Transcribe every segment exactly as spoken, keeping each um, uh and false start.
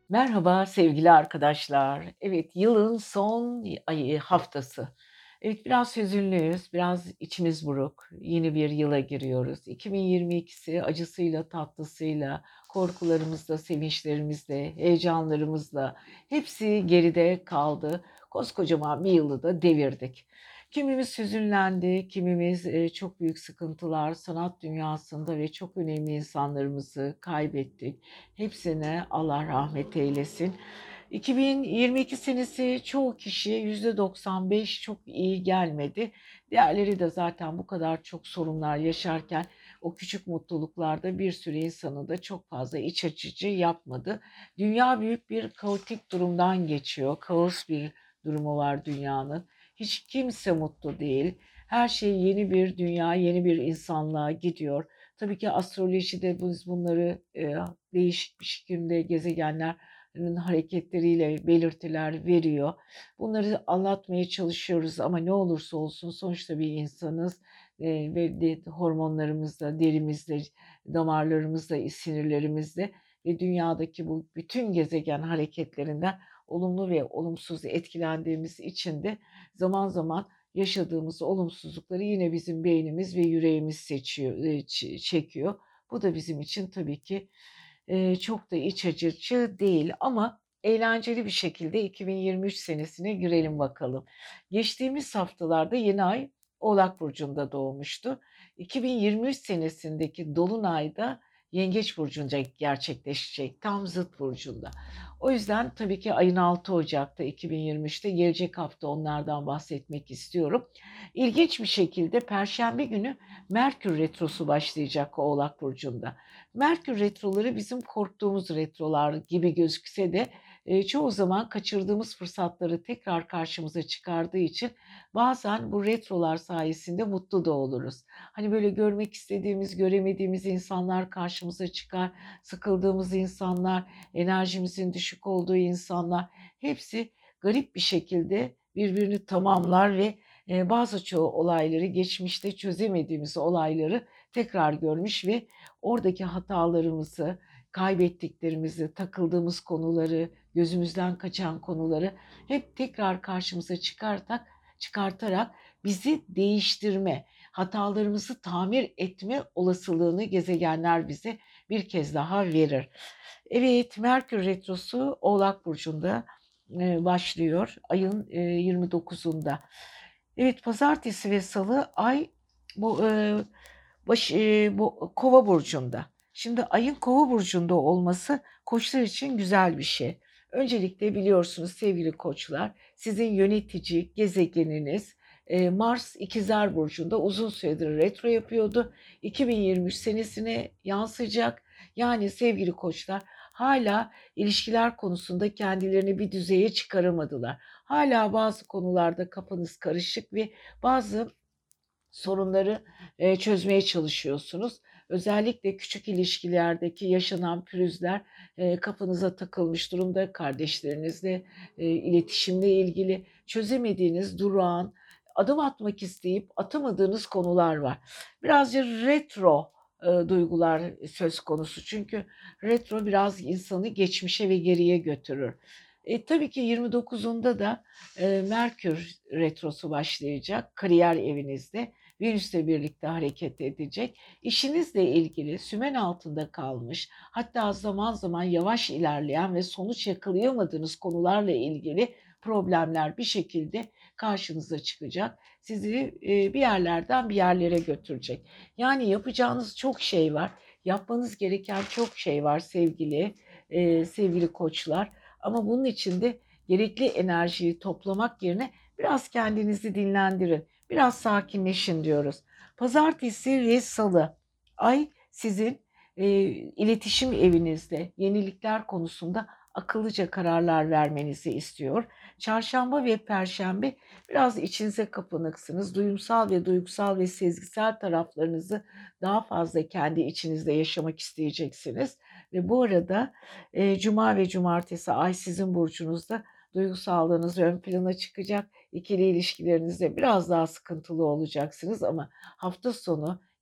Merhaba sevgili arkadaşlar. Evet, yılın son ayı haftası. Evet, biraz hüzünlüyüz, biraz içimiz buruk. Yeni bir yıla giriyoruz. iki bin yirmi ikisi acısıyla, tatlısıyla, korkularımızla, sevinçlerimizle, heyecanlarımızla hepsi geride kaldı. Koskocaman bir yılı da devirdik. Kimimiz hüzünlendi, kimimiz eee, çok büyük sıkıntılar, sanat dünyasında ve çok önemli insanlarımızı kaybettik. Hepsine Allah rahmet eylesin. iki bin yirmi iki senesi çoğu kişiye yüzde doksan beş çok iyi gelmedi. Diğerleri de zaten bu kadar çok sorunlar yaşarken o küçük mutluluklarda bir sürü insanı da çok fazla iç açıcı yapmadı. Dünya büyük bir kaotik durumdan geçiyor. Kaos bir durumu var dünyanın. Hiç kimse mutlu değil. Her şey yeni bir dünya, yeni bir insanlığa gidiyor. Tabii ki astrolojide biz bunları e, değişik bir şekilde gezegenlerin hareketleriyle belirtiler veriyor. Bunları anlatmaya çalışıyoruz ama ne olursa olsun sonuçta bir insanız. E, ve de, hormonlarımızla, derimizle, damarlarımızla, sinirlerimizle ve dünyadaki bu bütün gezegen hareketlerinden olumlu ve olumsuz etkilendiğimiz için de zaman zaman yaşadığımız olumsuzlukları yine bizim beynimiz ve yüreğimiz seçiyor, eee, ç çekiyor. Bu da bizim için tabii ki, eee, çok da iç açıcı değil ama eğlenceli bir şekilde iki bin yirmi üç senesine girelim bakalım. Geçtiğimiz haftalarda yeni ay Oğlak burcunda doğmuştu. iki bin yirmi üç senesindeki dolunay da Yengeç burcunda gerçekleşecek, tam zıt burcunda. O yüzden tabii ki ayın altı Ocak'ta iki bin yirmi üçte gelecek hafta onlardan bahsetmek istiyorum. İlginç bir şekilde Perşembe günü Merkür Retrosu başlayacak Oğlak Burcu'nda. Merkür Retroları bizim korktuğumuz retrolar gibi gözükse de e, çoğu zaman kaçırdığımız fırsatları tekrar karşımıza çıkardığı için bazen bu retrolar sayesinde mutlu da oluruz. Hani böyle görmek istediğimiz, göremediğimiz insanlar karşımıza çıkar, sıkıldığımız insanlar, enerjimizin düşük olduğu insanlar hepsi garip bir şekilde birbirini tamamlar ve e, bazı çoğu olayları geçmişte çözemediğimiz olayları tekrar görmüş ve oradaki hatalarımızı, kaybettiklerimizi, takıldığımız konuları, gözümüzden kaçan konuları hep tekrar karşımıza çıkartarak çıkartarak bizi değiştirme, hatalarımızı tamir etme olasılığını gezegenler bize bir kez daha verir. Evet, Merkür Retrosu Oğlak Burcu'nda e, başlıyor ayın e, yirmi dokuzunda. Evet, pazartesi ve salı ay bu e, baş, e, bu Kova burcunda. Şimdi ayın Kova burcunda olması koçlar için güzel bir şey. Öncelikle biliyorsunuz sevgili koçlar, sizin yönetici gezegeniniz e, Mars İkizler burcunda uzun süredir retro yapıyordu. iki bin yirmi üç senesine yansıyacak. Yani sevgili koçlar hala ilişkiler konusunda kendilerini bir düzeye çıkaramadılar. Hala bazı konularda kafanız karışık ve bazı sorunları e, çözmeye çalışıyorsunuz. Özellikle küçük ilişkilerdeki yaşanan pürüzler e, kafanıza takılmış durumda. Kardeşlerinizle e, iletişimle ilgili çözemediğiniz, durağan, adım atmak isteyip atamadığınız konular var. Birazcık retro e, duygular söz konusu. Çünkü retro biraz insanı geçmişe ve geriye götürür. E, tabii ki yirmi dokuzunda da e, Merkür retrosu başlayacak kariyer evinizde. Venüs'le birlikte hareket edecek. İşinizle ilgili sümen altında kalmış, hatta zaman zaman yavaş ilerleyen ve sonuç yakalayamadığınız konularla ilgili problemler bir şekilde karşınıza çıkacak. Sizi e, bir yerlerden bir yerlere götürecek. Yani yapacağınız çok şey var. Yapmanız gereken çok şey var sevgili e, sevgili koçlar. Ama bunun için de gerekli enerjiyi toplamak yerine biraz kendinizi dinlendirin. Biraz sakinleşin diyoruz. Pazartesi ve salı ay sizin e, iletişim evinizde yenilikler konusunda akıllıca kararlar vermenizi istiyor. Çarşamba ve perşembe biraz içinize kapanıksınız. Duyumsal ve duygusal ve sezgisel taraflarınızı daha fazla kendi içinizde yaşamak isteyeceksiniz. Ve bu arada e, cuma ve cumartesi ay sizin burcunuzda duygusallığınız ön plana çıkacak. İkili ilişkilerinizde biraz daha sıkıntılı olacaksınız ama hafta sonu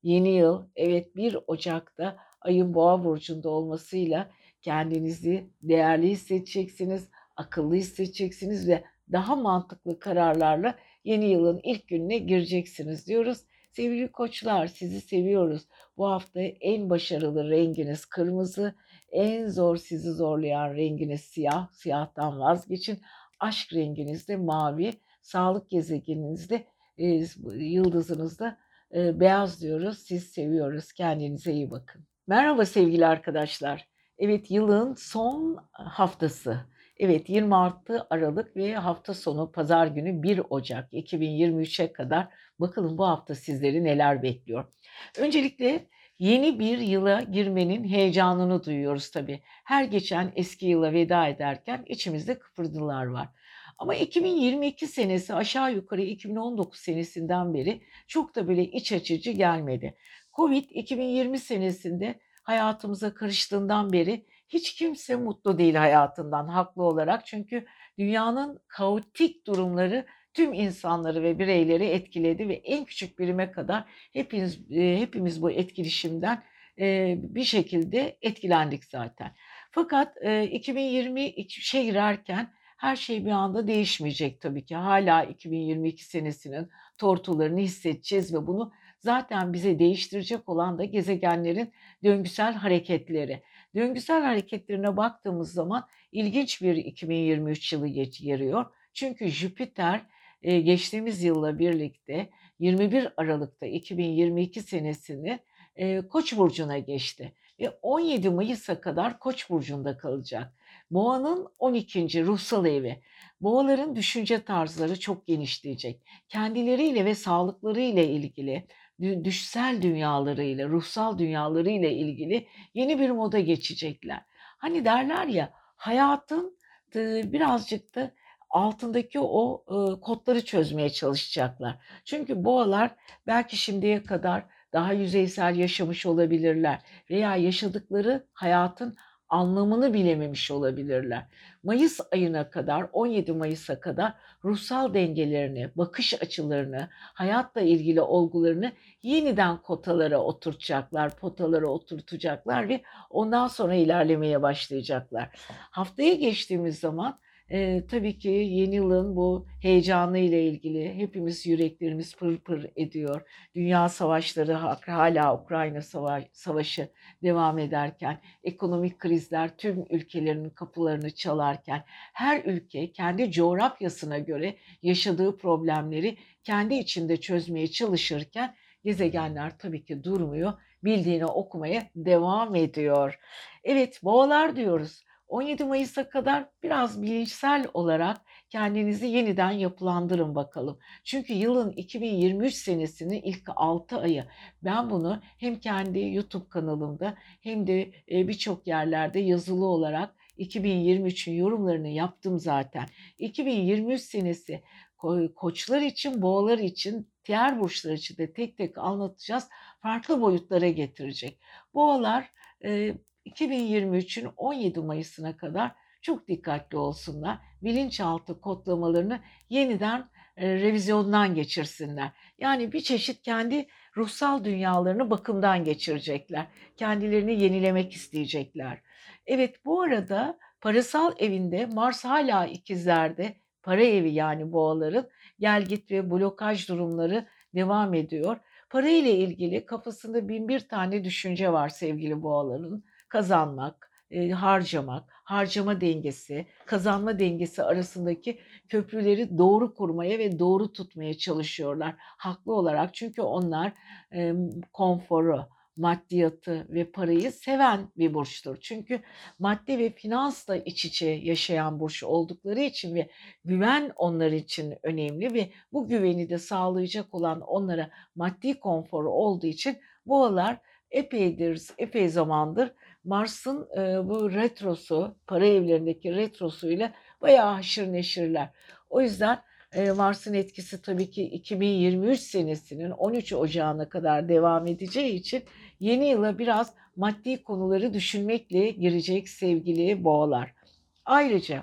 Yeni yıl, evet, bir Ocak'ta ayın Boğa burcunda olmasıyla kendinizi değerli hissedeceksiniz, akıllı hissedeceksiniz ve daha mantıklı kararlarla yeni yılın ilk gününe gireceksiniz diyoruz. Sevgili koçlar, sizi seviyoruz. Bu hafta en başarılı renginiz kırmızı, en zor sizi zorlayan renginiz siyah. Siyahtan vazgeçin. Aşk renginiz de mavi. Sağlık gezegeniniz de e, yıldızınız da e, beyaz diyoruz. Siz seviyoruz. Kendinize iyi bakın. Merhaba sevgili arkadaşlar. Evet, yılın son haftası. Evet, yirmi altı Aralık ve hafta sonu pazar günü bir Ocak iki bin yirmi üçe kadar bakalım bu hafta sizleri neler bekliyor. Öncelikle yeni bir yıla girmenin heyecanını duyuyoruz tabii. Her geçen eski yıla veda ederken içimizde kıpırdılar var. Ama iki bin yirmi iki senesi aşağı yukarı iki bin on dokuz senesinden beri çok da böyle iç açıcı gelmedi. Covid iki bin yirmi senesinde hayatımıza karıştığından beri hiç kimse mutlu değil hayatından, haklı olarak. Çünkü dünyanın kaotik durumları tüm insanları ve bireyleri etkiledi ve en küçük birime kadar hepimiz e, hepimiz bu etkileşimden e, bir şekilde etkilendik zaten. Fakat e, iki bin yirmi üçe girerken her şey bir anda değişmeyecek tabii ki. Hala iki bin yirmi iki senesinin tortularını hissedeceğiz ve bunu zaten bize değiştirecek olan da gezegenlerin döngüsel hareketleri. Döngüsel hareketlerine baktığımız zaman ilginç bir iki bin yirmi üç yılı geçiriyor. Çünkü Jüpiter e, geçtiğimiz yılla birlikte yirmi bir Aralık'ta iki bin yirmi iki senesini e, Koç burcuna geçti ve on yedi Mayıs'a kadar Koç burcunda kalacak. Boğanın on ikinci ruhsal evi. Boğaların düşünce tarzları çok genişleyecek. Kendileriyle ve sağlıklarıyla ilgili, düşsel dünyalarıyla, ruhsal dünyalarıyla ilgili yeni bir moda geçecekler. Hani derler ya, hayatın e, birazcık da altındaki o e, kodları çözmeye çalışacaklar. Çünkü boğalar belki şimdiye kadar daha yüzeysel yaşamış olabilirler veya yaşadıkları hayatın anlamını bilememiş olabilirler. Mayıs ayına kadar, on yedi Mayıs'a kadar ruhsal dengelerini, bakış açılarını, hayatla ilgili olgularını yeniden kotalara oturtacaklar, potalara oturtacaklar ve ondan sonra ilerlemeye başlayacaklar. Haftaya geçtiğimiz zaman e, tabii ki yeni yılın bu heyecanı ile ilgili hepimiz yüreklerimiz pır pır ediyor. Dünya savaşları hala Ukrayna savaşı devam ederken, ekonomik krizler tüm ülkelerin kapılarını çalarken, her ülke kendi coğrafyasına göre yaşadığı problemleri kendi içinde çözmeye çalışırken gezegenler tabii ki durmuyor, bildiğini okumaya devam ediyor. Evet, boğalar diyoruz. on yedi Mayıs'a kadar biraz bilinçsel olarak kendinizi yeniden yapılandırın bakalım. Çünkü yılın iki bin yirmi üç senesinin ilk altı ayı, ben bunu hem kendi YouTube kanalımda hem de e, birçok yerlerde yazılı olarak iki bin yirmi üçün yorumlarını yaptım zaten. iki bin yirmi üç senesi koçlar için, boğalar için, diğer burçlar için de tek tek anlatacağız. Farklı boyutlara getirecek. Boğalar e, iki bin yirmi üçün on yedi Mayıs'ına kadar çok dikkatli olsunlar. Bilinçaltı kodlamalarını yeniden e, revizyondan geçirsinler. Yani bir çeşit kendi ruhsal dünyalarını bakımdan geçirecekler. Kendilerini yenilemek isteyecekler. Evet, bu arada parasal evinde Mars hala ikizlerde, para evi yani boğaların gelgit ve blokaj durumları devam ediyor. Para ile ilgili kafasında bin bir tane düşünce var sevgili boğaların. Kazanmak, e, harcamak, harcama dengesi, kazanma dengesi arasındaki köprüleri doğru kurmaya ve doğru tutmaya çalışıyorlar. Haklı olarak, çünkü onlar e, konforu, maddiyatı ve parayı seven bir burçtur. Çünkü madde ve finansla iç içe yaşayan burç oldukları için ve güven onlar için önemli ve bu güveni de sağlayacak olan onlara maddi konforu olduğu için boğalar epeydir, epey zamandır Mars'ın e, bu retrosu, para evlerindeki retrosuyla bayağı haşır neşirler. O yüzden e, Mars'ın etkisi tabii ki iki bin yirmi üç senesinin on üç Ocağı'na kadar devam edeceği için yeni yıla biraz maddi konuları düşünmekle girecek sevgili boğalar. Ayrıca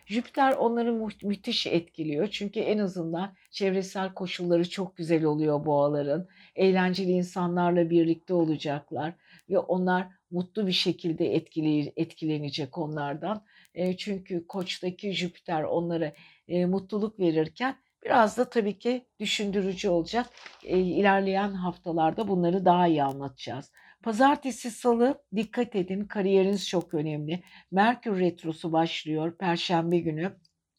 Jüpiter onları mu müthiş etkiliyor. Çünkü en azından çevresel koşulları çok güzel oluyor boğaların. Eğlenceli insanlarla birlikte olacaklar ve onlar mutlu bir şekilde etkili etkilenecek onlardan. Eee, çünkü Koç'taki Jüpiter onlara, eee, mutluluk verirken biraz da tabii ki düşündürücü olacak. Eee, ilerleyen haftalarda bunları daha iyi anlatacağız. Pazartesi, Salı dikkat edin, kariyeriniz çok önemli. Merkür Retrosu başlıyor Perşembe günü.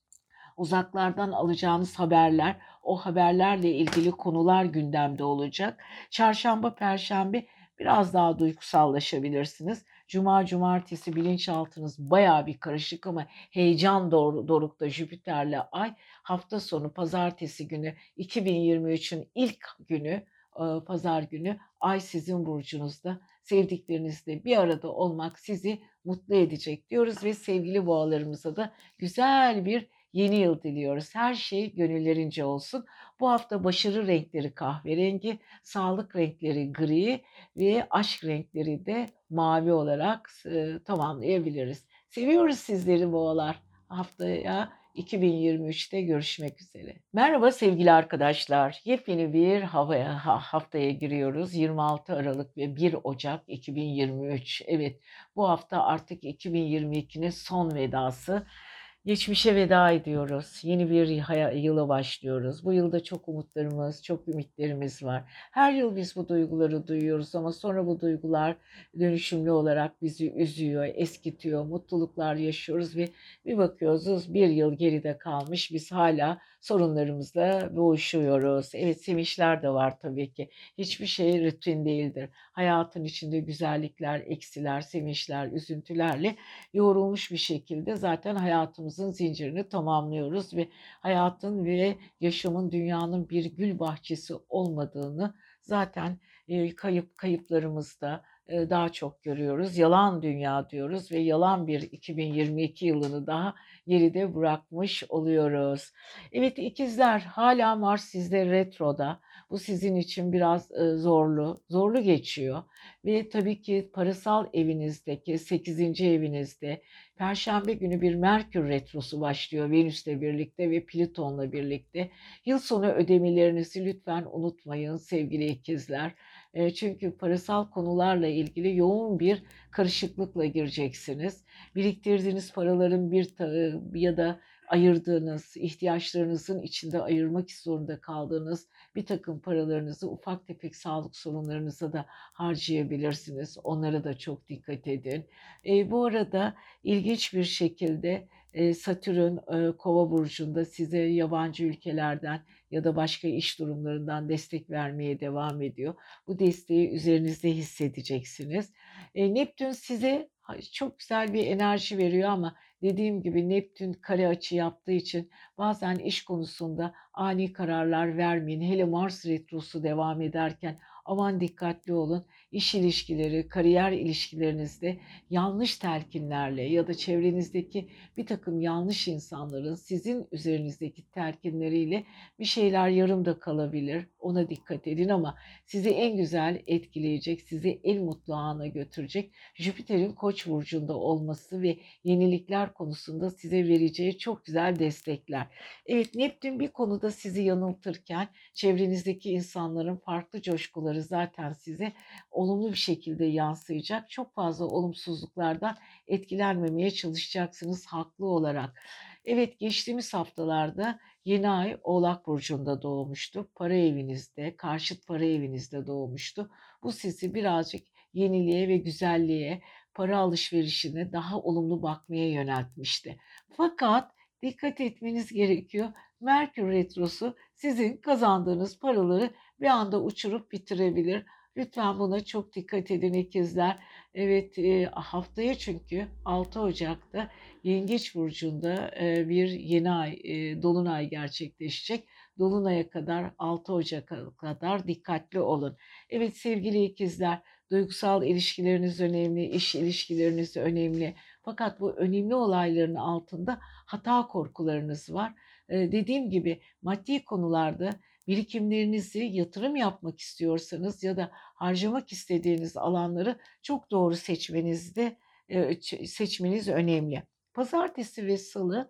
Uzaklardan alacağınız haberler, o haberlerle ilgili konular gündemde olacak. Çarşamba, Perşembe biraz daha duygusallaşabilirsiniz. Cuma, Cumartesi bilinçaltınız bayağı bir karışık ama heyecan dor dorukta Jüpiter'le Ay. Hafta sonu Pazartesi günü iki bin yirmi üçün ilk günü, e, Pazar günü Ay sizin burcunuzda. Sevdiklerinizle bir arada olmak sizi mutlu edecek diyoruz ve sevgili boğalarımıza da güzel bir yeni yıl diliyoruz. Her şey gönüllerince olsun. Bu hafta başarı renkleri kahverengi, sağlık renkleri gri ve aşk renkleri de mavi olarak e, tamamlayabiliriz. Seviyoruz sizleri boğalar. Haftaya iki bin yirmi üçte görüşmek üzere. Merhaba sevgili arkadaşlar. Yepyeni bir havaya, haftaya giriyoruz. yirmi altı Aralık ve bir Ocak iki bin yirmi üç. Evet, bu hafta artık iki bin yirmi ikinin son vedası. Geçmişe veda ediyoruz. Yeni bir yıla başlıyoruz. Bu yılda çok umutlarımız, çok ümitlerimiz var. Her yıl biz bu duyguları duyuyoruz ama sonra bu duygular dönüşümlü olarak bizi üzüyor, eskitiyor, mutluluklar yaşıyoruz ve bir bakıyoruz bir yıl geride kalmış, biz hala sorunlarımızla boğuşuyoruz. Evet, sevinçler de var tabii ki. Hiçbir şey rutin değildir. Hayatın içinde güzellikler, eksiler, sevinçler, üzüntülerle yoğrulmuş bir şekilde zaten hayatımızın zincirini tamamlıyoruz ve hayatın ve yaşamın, dünyanın bir gül bahçesi olmadığını zaten e, kayıp kayıplarımızda e, daha çok görüyoruz. Yalan dünya diyoruz ve yalan bir iki bin yirmi iki yılını daha geride bırakmış oluyoruz. Evet ikizler, hala Mars sizde retroda. Bu sizin için biraz e, zorlu, zorlu geçiyor. Ve tabii ki parasal evinizdeki sekizinci evinizde Perşembe günü bir Merkür Retrosu başlıyor Venüs'le birlikte ve Plüton'la birlikte. Yıl sonu ödemelerinizi lütfen unutmayın sevgili ikizler. E, çünkü parasal konularla ilgili yoğun bir karışıklıkla gireceksiniz. Biriktirdiğiniz paraların bir ya da ayırdığınız, ihtiyaçlarınızın içinde ayırmak zorunda kaldığınız bir takım paralarınızı ufak tefek sağlık sorunlarınıza da harcayabilirsiniz. Onlara da çok dikkat edin. E, bu arada ilginç bir şekilde e, Satürn e, Kova burcunda size yabancı ülkelerden ya da başka iş durumlarından destek vermeye devam ediyor. Bu desteği üzerinizde hissedeceksiniz. E, Neptün size çok güzel bir enerji veriyor ama dediğim gibi Neptün kare açı yaptığı için bazen iş konusunda ani kararlar vermeyin. Hele Mars retrosu devam ederken aman dikkatli olun. İş ilişkileri, kariyer ilişkilerinizde yanlış telkinlerle ya da çevrenizdeki bir takım yanlış insanların sizin üzerinizdeki telkinleriyle bir şeyler yarımda kalabilir. Ona dikkat edin ama sizi en güzel etkileyecek, sizi en mutlu ana götürecek Jüpiter'in Koç burcunda olması ve yenilikler konusunda size vereceği çok güzel destekler. Evet, Neptün bir konuda sizi yanıltırken çevrenizdeki insanların farklı coşkuları zaten size olumlu bir şekilde yansıyacak. Çok fazla olumsuzluklardan etkilenmemeye çalışacaksınız haklı olarak. Evet, geçtiğimiz haftalarda yeni ay Oğlak burcunda doğmuştu. Para evinizde, karşıt para evinizde doğmuştu. Bu sizi birazcık yeniliğe ve güzelliğe, para alışverişine daha olumlu bakmaya yöneltmişti. Fakat dikkat etmeniz gerekiyor. Merkür Retrosu sizin kazandığınız paraları bir anda uçurup bitirebilir. Lütfen buna çok dikkat edin ikizler. Evet e, haftaya çünkü altı Ocak'ta Yengeç Burcu'nda e, bir yeni ay, e, Dolunay gerçekleşecek. Dolunay'a kadar altı Ocak'a kadar dikkatli olun. Evet sevgili ikizler, duygusal ilişkileriniz önemli, iş ilişkileriniz önemli. Fakat bu önemli olayların altında hata korkularınız var. Ee, dediğim gibi maddi konularda birikimlerinizi yatırım yapmak istiyorsanız ya da harcamak istediğiniz alanları çok doğru seçmenizde e, seçmeniz önemli. Pazartesi ve Salı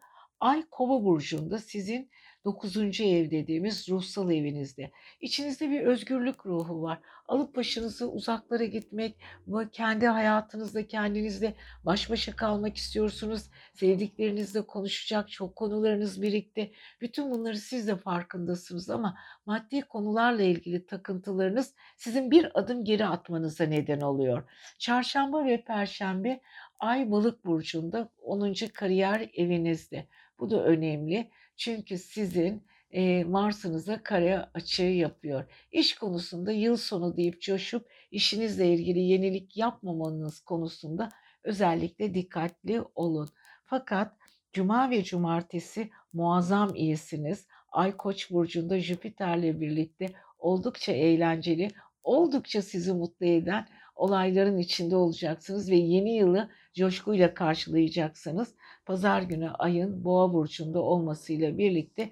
Ay Kova burcunda, sizin dokuzuncu ev dediğimiz ruhsal evinizde. İçinizde bir özgürlük ruhu var. Alıp başınızı uzaklara gitmek ve kendi hayatınızda kendinizle baş başa kalmak istiyorsunuz. Sevdiklerinizle konuşacak çok konularınız birikti. Bütün bunları siz de farkındasınız ama maddi konularla ilgili takıntılarınız sizin bir adım geri atmanıza neden oluyor. Çarşamba ve Perşembe Ay Balık burcunda, onuncu kariyer evinizde. Bu da önemli çünkü sizin e, Mars'ınıza kare açığı yapıyor. İş konusunda yıl sonu deyip coşup işinizle ilgili yenilik yapmamanız konusunda özellikle dikkatli olun. Fakat Cuma ve Cumartesi muazzam iyisiniz. Ay Koç burcunda Jüpiter'le birlikte oldukça eğlenceli, oldukça sizi mutlu eden olayların içinde olacaksınız ve yeni yılı coşkuyla karşılayacaksınız. Pazar günü ayın Boğa burcunda olmasıyla birlikte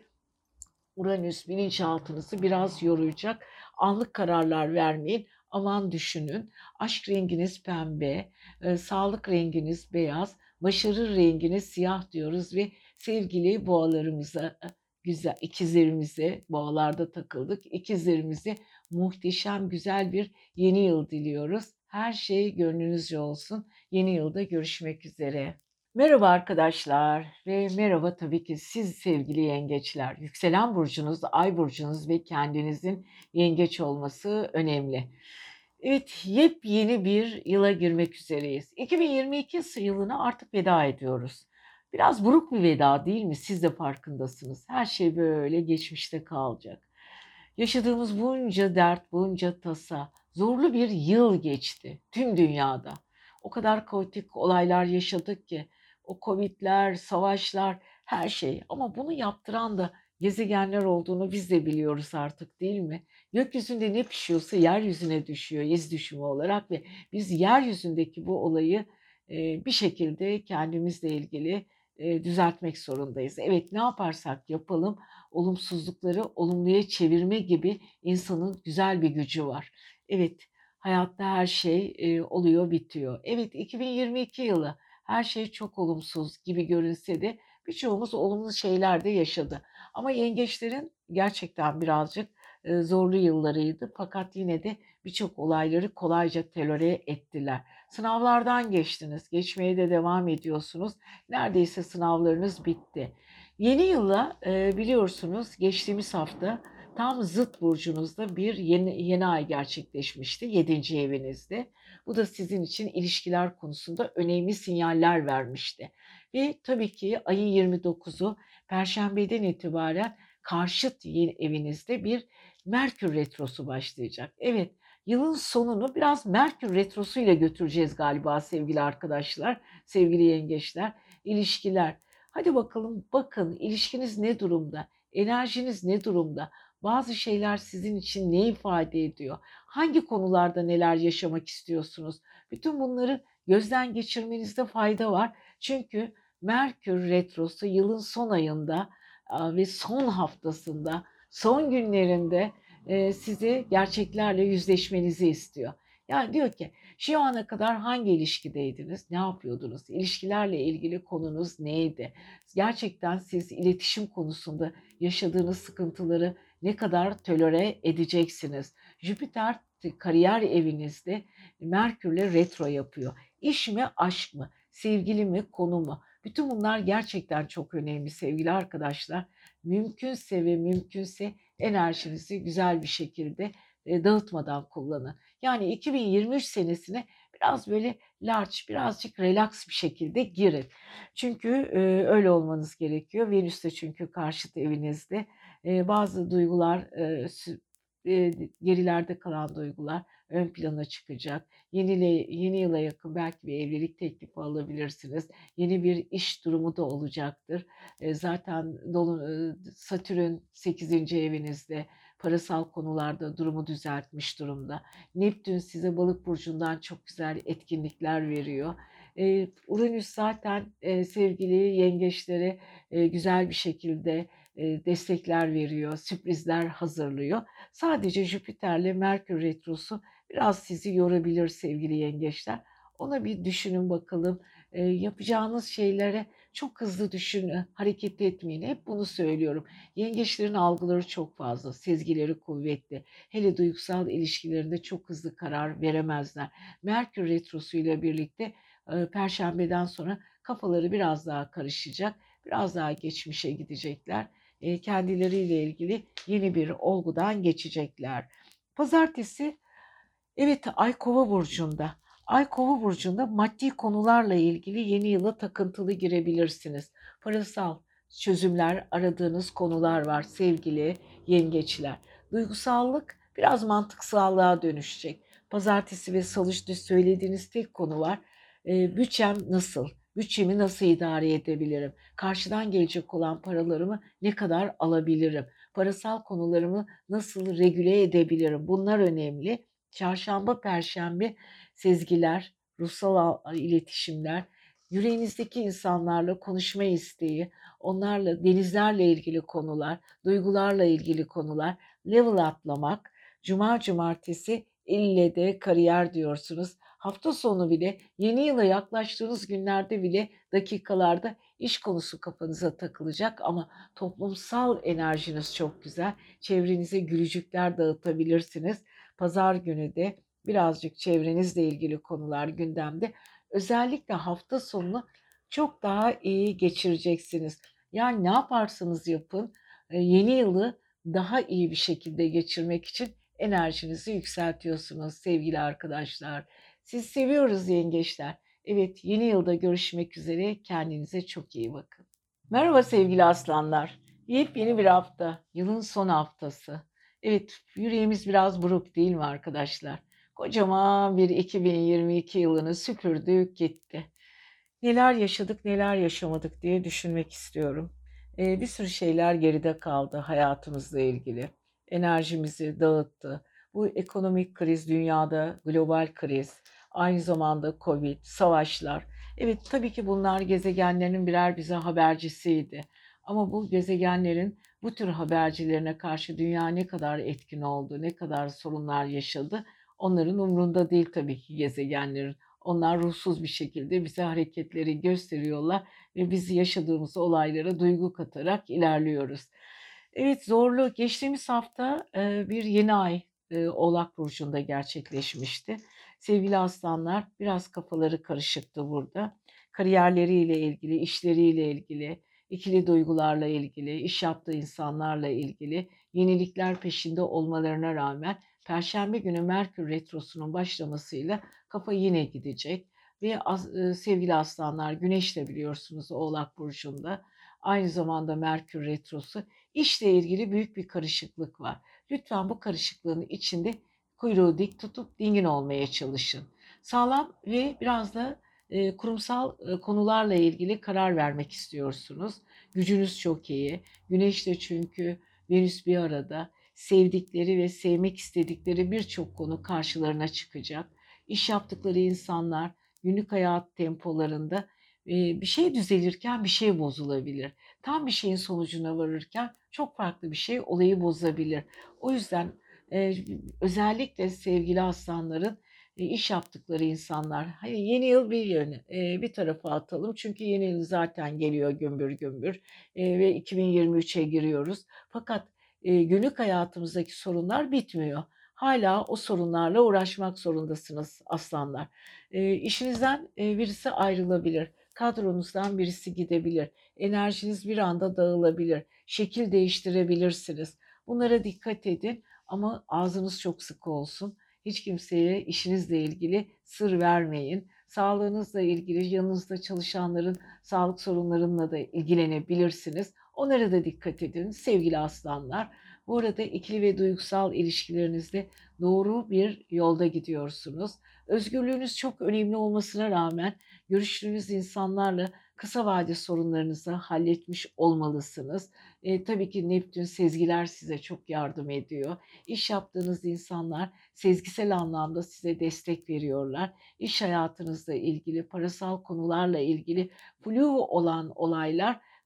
Uranüs bilinçaltınızı biraz yoracak. Anlık kararlar vermeyin. Aman düşünün. Aşk renginiz pembe, e, sağlık renginiz beyaz, başarı renginiz siyah diyoruz ve sevgili boğalarımıza, e, güzel ikizlerimize, boğalarda takıldık. İkizlerimize muhteşem güzel bir yeni yıl diliyoruz. Her şey gönlünüzce olsun. Yeni yılda görüşmek üzere. Merhaba arkadaşlar ve merhaba tabii ki siz sevgili yengeçler. Yükselen burcunuz, ay burcunuz ve kendinizin yengeç olması önemli. Evet, yepyeni bir yıla girmek üzereyiz. iki bin yirmi iki yılına artık veda ediyoruz. Biraz buruk bir veda değil mi? Siz de farkındasınız. Her şey böyle geçmişte kalacak. Yaşadığımız bunca dert, bunca tasa, zorlu bir yıl geçti tüm dünyada. O kadar kaotik olaylar yaşadık ki, o Covid'ler, savaşlar, her şey. Ama bunu yaptıran da gezegenler olduğunu biz de biliyoruz artık, değil mi? Gökyüzünde ne pişiyorsa yeryüzüne düşüyor, iz düşümü olarak ve biz yeryüzündeki bu olayı e, bir şekilde kendimizle ilgili e, düzeltmek zorundayız. Evet, ne yaparsak yapalım, olumsuzlukları olumluya çevirme gibi insanın güzel bir gücü var. Evet, hayatta her şey e, oluyor, bitiyor. Evet, iki bin yirmi iki yılı her şey çok olumsuz gibi görünse de birçoğumuz olumlu şeyler de yaşadı. Ama yengeçlerin gerçekten birazcık e, zorlu yıllarıydı. Fakat yine de birçok olayları kolayca tolere ettiler. Sınavlardan geçtiniz, geçmeye de devam ediyorsunuz. Neredeyse sınavlarınız bitti. Yeni yılla e, biliyorsunuz geçtiğimiz hafta tam zıt burcunuzda bir yeni, yeni ay gerçekleşmişti yedinci evinizde. Bu da sizin için ilişkiler konusunda önemli sinyaller vermişti. Ve tabii ki ayın yirmi dokuzu Perşembeden itibaren karşıt evinizde bir Merkür Retrosu başlayacak. Evet, yılın sonunu biraz Merkür Retrosu ile götüreceğiz galiba sevgili arkadaşlar, sevgili yengeçler. İlişkiler. Hadi bakalım, bakın ilişkiniz ne durumda? Enerjiniz ne durumda? Bazı şeyler sizin için ne ifade ediyor? Hangi konularda neler yaşamak istiyorsunuz? Bütün bunları gözden geçirmenizde fayda var. Çünkü Merkür Retrosu yılın son ayında ve son haftasında, son günlerinde sizi gerçeklerle yüzleşmenizi istiyor. Yani diyor ki, şu ana kadar hangi ilişkideydiniz, ne yapıyordunuz, ilişkilerle ilgili konunuz neydi? Gerçekten siz iletişim konusunda yaşadığınız sıkıntıları ne kadar tolere edeceksiniz? Jüpiter kariyer evinizde Merkürle retro yapıyor. İş mi, aşk mı, sevgili mi, konu mu? Bütün bunlar gerçekten çok önemli sevgili arkadaşlar. Mümkünse ve mümkünse enerjinizi güzel bir şekilde e, dağıtmadan kullanın. Yani iki bin yirmi üç senesine biraz böyle large, birazcık relax bir şekilde girin. Çünkü e, öyle olmanız gerekiyor. Venüs de çünkü karşıt evinizde. E, bazı duygular, e, e, gerilerde kalan duygular ön plana çıkacak. Yeni, yeni yıla yakın belki bir evlilik teklifi alabilirsiniz. Yeni bir iş durumu da olacaktır. E, zaten dolu, e, Satürn sekizinci evinizde parasal konularda durumu düzeltmiş durumda. Neptün size Balık burcundan çok güzel etkinlikler veriyor. E, Uranüs zaten e, sevgili yengeçlere e, güzel bir şekilde e, destekler veriyor, sürprizler hazırlıyor. Sadece Jüpiter'le Merkür Retrosu biraz sizi yorabilir sevgili yengeçler. Ona bir düşünün bakalım. Eee, yapacağınız şeylere çok hızlı düşünün, hareket etmeyin. Hep bunu söylüyorum. Yengeçlerin algıları çok fazla, sezgileri kuvvetli. Hele duygusal ilişkilerinde çok hızlı karar veremezler. Merkür Retrosu'yla birlikte eee, Perşembeden sonra kafaları biraz daha karışacak, biraz daha geçmişe gidecekler. Eee, kendileriyle ilgili yeni bir olgudan geçecekler. Pazartesi, evet, Ay Kova burcunda. Ay Kova burcunda maddi konularla ilgili yeni yıla takıntılı girebilirsiniz. Parasal çözümler aradığınız konular var sevgili yengeçler. Duygusallık biraz mantıksallığa dönüşecek. Pazartesi ve salıda söylediğiniz tek konu var. E, bütçem nasıl? Bütçemi nasıl idare edebilirim? Karşıdan gelecek olan paralarımı ne kadar alabilirim? Parasal konularımı nasıl regüle edebilirim? Bunlar önemli. Çarşamba, perşembe sezgiler, ruhsal iletişimler, yüreğinizdeki insanlarla konuşma isteği, onlarla denizlerle ilgili konular, duygularla ilgili konular, level atlamak, cuma cumartesi ille de kariyer diyorsunuz. Hafta sonu bile, yeni yıla yaklaştığınız günlerde bile dakikalarda iş konusu kafanıza takılacak ama toplumsal enerjiniz çok güzel. Çevrenize gülücükler dağıtabilirsiniz. Pazar günü de birazcık çevrenizle ilgili konular gündemde. Özellikle hafta sonunu çok daha iyi geçireceksiniz. Yani ne yaparsanız yapın, e, yeni yılı daha iyi bir şekilde geçirmek için enerjinizi yükseltiyorsunuz sevgili arkadaşlar. Siz seviyoruz yengeçler. Evet, yeni yılda görüşmek üzere. Kendinize çok iyi bakın. Merhaba sevgili aslanlar. Yepyeni bir hafta, yılın son haftası. Evet, yüreğimiz biraz buruk değil mi arkadaşlar? Kocaman bir iki bin yirmi iki yılını süpürdük gitti. Neler yaşadık, neler yaşamadık diye düşünmek istiyorum. Ee, bir sürü şeyler geride kaldı hayatımızla ilgili. Enerjimizi dağıttı. Bu ekonomik kriz, dünyada global kriz, aynı zamanda Covid, savaşlar. Evet, tabii ki bunlar gezegenlerin birer bize habercisiydi. Ama bu gezegenlerin bu tür habercilerine karşı dünya ne kadar etkin oldu, ne kadar sorunlar yaşadı, onların umrunda değil tabii ki gezegenlerin. Onlar ruhsuz bir şekilde bize hareketleri gösteriyorlar ve biz yaşadığımız olaylara duygu katarak ilerliyoruz. Evet, zorlu. Geçtiğimiz hafta e, bir yeni ay e, Oğlak Burcu'nda gerçekleşmişti. Sevgili aslanlar, biraz kafaları karışıktı burada. Kariyerleriyle ilgili, işleriyle ilgili, ikili duygularla ilgili, iş yaptığı insanlarla ilgili yenilikler peşinde olmalarına rağmen Perşembe günü Merkür Retrosu'nun başlamasıyla kafa yine gidecek. Ve az, e, sevgili aslanlar, Güneş de biliyorsunuz Oğlak Burcu'nda. Aynı zamanda Merkür Retrosu. İşle ilgili büyük bir karışıklık var. Lütfen bu karışıklığın içinde kuyruğu dik tutup dingin olmaya çalışın. Sağlam ve biraz da e, kurumsal e, konularla ilgili karar vermek istiyorsunuz. Gücünüz çok iyi. Güneş de çünkü Venüs bir arada. Sevdikleri ve sevmek istedikleri birçok konu karşılarına çıkacak. İş yaptıkları insanlar günlük hayat tempolarında e, bir şey düzelirken bir şey bozulabilir. Tam bir şeyin sonucuna varırken çok farklı bir şey olayı bozabilir. O yüzden e, özellikle sevgili aslanların e, iş yaptıkları insanlar, hani yeni yıl bir yönü e, bir tarafa atalım çünkü yeni yıl zaten geliyor gümbür gümbür e, ve iki bin yirmi üçe giriyoruz. Fakat e, günlük hayatımızdaki sorunlar bitmiyor. Hala o sorunlarla uğraşmak zorundasınız aslanlar. E, işinizden e, birisi ayrılabilir, kadronuzdan birisi gidebilir, enerjiniz bir anda dağılabilir, şekil değiştirebilirsiniz. Bunlara dikkat edin ama ağzınız çok sıkı olsun. Hiç kimseye işinizle ilgili sır vermeyin. Sağlığınızla ilgili yanınızda çalışanların sağlık sorunlarıyla da ilgilenebilirsiniz. Onlara da dikkat edin sevgili aslanlar. Bu arada ikili ve duygusal ilişkilerinizde doğru bir yolda gidiyorsunuz. Özgürlüğünüz çok önemli olmasına rağmen görüştüğünüz insanlarla kısa vade sorunlarınızı halletmiş olmalısınız. E, tabii ki Neptün sezgiler size çok yardım ediyor. İş yaptığınız insanlar sezgisel anlamda size destek veriyorlar. İş hayatınızla ilgili, parasal konularla ilgili flu olan olaylar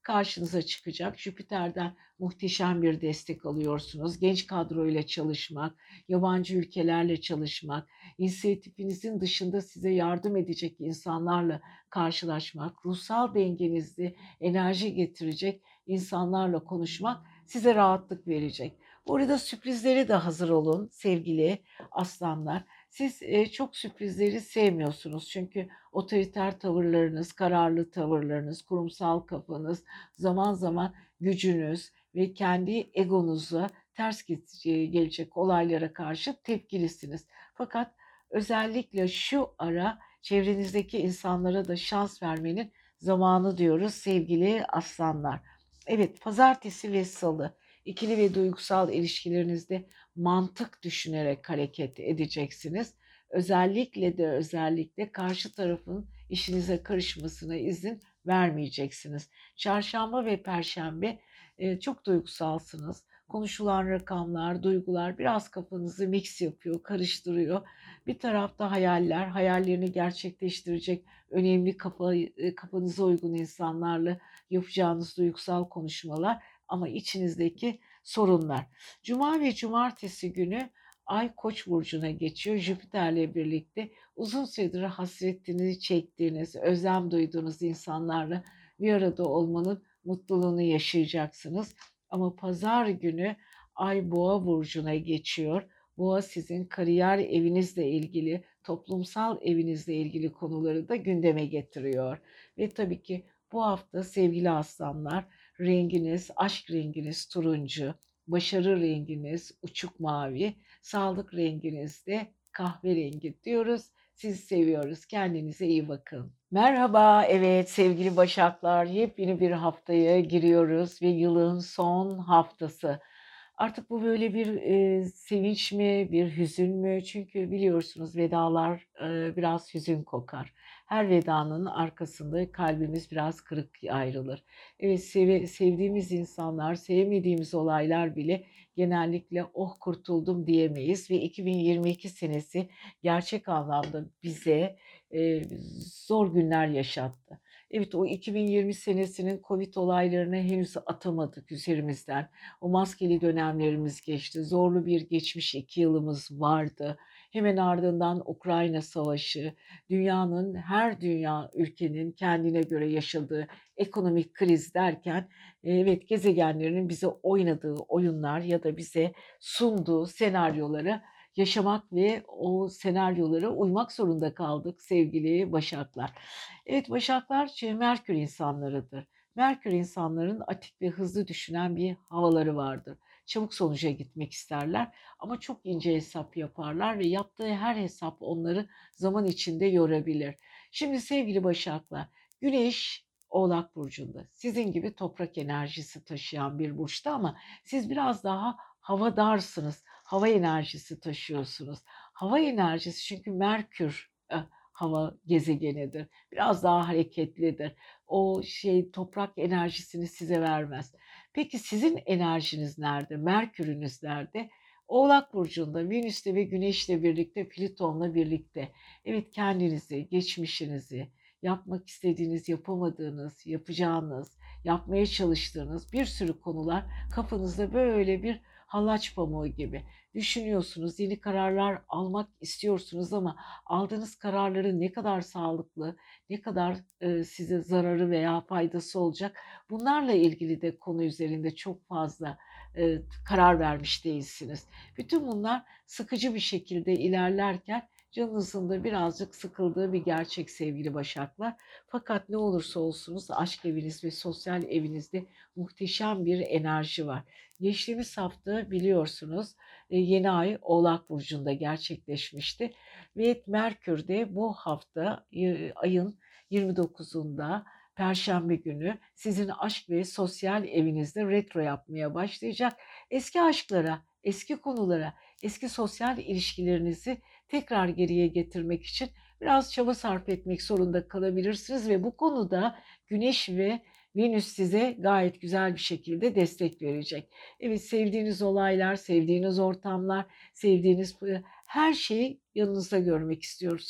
karşınıza çıkacak. Jüpiter'den muhteşem bir destek alıyorsunuz. Genç kadroyla çalışmak, yabancı ülkelerle çalışmak, inisiyatifinizin dışında size yardım edecek insanlarla karşılaşmak, ruhsal dengenizi enerji getirecek insanlarla konuşmak size rahatlık verecek. Orada sürprizlere de hazır olun sevgili aslanlar. Siz e, çok sürprizleri sevmiyorsunuz çünkü otoriter tavırlarınız, kararlı tavırlarınız, kurumsal kafanız, zaman zaman gücünüz ve kendi egonuza ters gelecek olaylara karşı tepkilisiniz. Fakat özellikle şu ara çevrenizdeki insanlara da şans vermenin zamanı diyoruz sevgili aslanlar. Evet, pazartesi ve salı ikili ve duygusal ilişkilerinizde mantık düşünerek hareket edeceksiniz. Özellikle de özellikle karşı tarafın işinize karışmasına izin vermeyeceksiniz. Çarşamba ve perşembe e, çok duygusalsınız. Konuşulan rakamlar, duygular biraz kafanızı mix yapıyor, karıştırıyor. Bir tarafta hayaller, hayallerini gerçekleştirecek önemli kafa, e, kafanıza uygun insanlarla yapacağınız duygusal konuşmalar ama içinizdeki sorunlar. Cuma ve cumartesi günü Ay Koç burcuna geçiyor. Jüpiter'le birlikte uzun süredir hasretini çektiğiniz, özlem duyduğunuz insanlarla bir arada olmanın mutluluğunu yaşayacaksınız. Ama pazar günü Ay Boğa burcuna geçiyor. Boğa sizin kariyer evinizle ilgili, toplumsal evinizle ilgili konuları da gündeme getiriyor. Ve tabii ki bu hafta sevgili aslanlar, renginiz, aşk renginiz turuncu, başarı renginiz uçuk mavi, sağlık renginiz de kahverengi diyoruz. Sizi seviyoruz. Kendinize iyi bakın. Merhaba, evet sevgili Başaklar, yepyeni bir haftaya giriyoruz ve yılın son haftası. Artık bu böyle bir e, sevinç mi, bir hüzün mü? Çünkü biliyorsunuz vedalar e, biraz hüzün kokar. Her vedanın arkasında kalbimiz biraz kırık ayrılır. Evet, sev sevdiğimiz insanlar, sevmediğimiz olaylar bile genellikle oh kurtuldum diyemeyiz ve iki bin yirmi iki senesi gerçek anlamda bize e, zor günler yaşattı. Evet, o iki bin yirmi senesinin Covid olaylarını henüz atamadık üzerimizden. O maskeli dönemlerimiz geçti. Zorlu bir geçmiş iki yılımız vardı. Hemen ardından Ukrayna Savaşı, dünyanın her dünya ülkenin kendine göre yaşadığı ekonomik kriz derken evet gezegenlerinin bize oynadığı oyunlar ya da bize sunduğu senaryoları yaşamak ve o senaryolara uymak zorunda kaldık sevgili Başaklar. Evet Başaklar şey, Merkür insanlarıdır. Merkür insanların atik ve hızlı düşünen bir havaları vardır. Çabuk sonuca gitmek isterler ama çok ince hesap yaparlar ve yaptığı her hesap onları zaman içinde yorabilir. Şimdi sevgili Başaklar, Güneş Oğlak Burcu'nda sizin gibi toprak enerjisi taşıyan bir burçta ama siz biraz daha havadarsınız. Hava enerjisi taşıyorsunuz. Hava enerjisi çünkü Merkür e, hava gezegenidir. Biraz daha hareketlidir. O şey toprak enerjisini size vermez. Peki sizin enerjiniz nerede? Merkürünüz nerede? Oğlak Burcu'nda Venüs'te ve Güneş'le birlikte Plüton'la birlikte. Evet kendinizi, geçmişinizi, yapmak istediğiniz, yapamadığınız, yapacağınız, yapmaya çalıştığınız bir sürü konular kafanızda böyle bir hallaç pamuğu gibi. Düşünüyorsunuz, yeni kararlar almak istiyorsunuz ama aldığınız kararları ne kadar sağlıklı, ne kadar e, size zararı veya faydası olacak bunlarla ilgili de konu üzerinde çok fazla e, karar vermiş değilsiniz. Bütün bunlar sıkıcı bir şekilde ilerlerken canınızın da birazcık sıkıldığı bir gerçek sevgili Başaklar. Fakat ne olursa olsunuz aşk eviniz ve sosyal evinizde muhteşem bir enerji var. Geçtiğimiz hafta biliyorsunuz e, yeni ay Oğlak Burcu'nda gerçekleşmişti. Ve Merkür de bu hafta e, ayın yirmi dokuzunda Perşembe günü sizin aşk ve sosyal evinizde retro yapmaya başlayacak. Eski aşklara, eski konulara, eski sosyal ilişkilerinizi tekrar geriye getirmek için biraz çaba sarf etmek zorunda kalabilirsiniz ve bu konuda Güneş ve Venüs size gayet güzel bir şekilde destek verecek. Evet sevdiğiniz olaylar, sevdiğiniz ortamlar, sevdiğiniz her şeyi yanınızda görmek istiyorsunuz.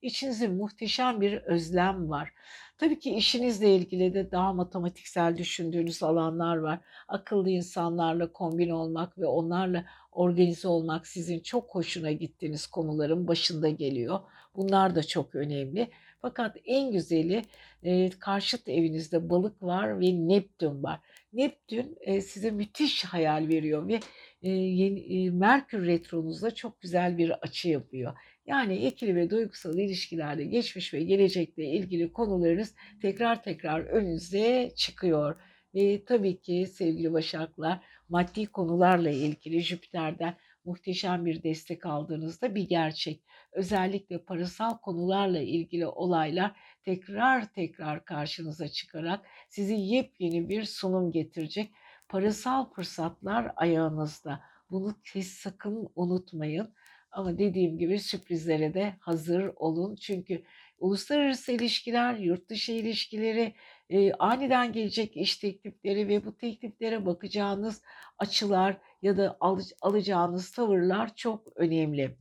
İçinizde muhteşem bir özlem var. Tabii ki işinizle ilgili de daha matematiksel düşündüğünüz alanlar var. Akıllı insanlarla kombin olmak ve onlarla organize olmak sizin çok hoşuna gittiğiniz konuların başında geliyor. Bunlar da çok önemli. Fakat en güzeli, eee, karşıt evinizde Balık var ve Neptün var. Neptün, eee, size müthiş hayal veriyor ve, eee, yeni eee, Merkür retronuzla çok güzel bir açı yapıyor. Yani ikili ve duygusal ilişkilerde geçmiş ve gelecekle ilgili konularınız tekrar tekrar önünüze çıkıyor. Ve tabii ki sevgili Başaklar, maddi konularla ilgili Jüpiter'den muhteşem bir destek aldığınızda bir gerçek. Özellikle parasal konularla ilgili olaylar tekrar tekrar karşınıza çıkarak sizi yepyeni bir sunum getirecek. Parasal fırsatlar ayağınızda. Bunu siz sakın unutmayın. Ama dediğim gibi sürprizlere de hazır olun. Çünkü uluslararası ilişkiler, yurt dışı ilişkileri, e, aniden gelecek iş teklifleri ve bu tekliflere bakacağınız açılar ya da alacağınız tavırlar çok önemli.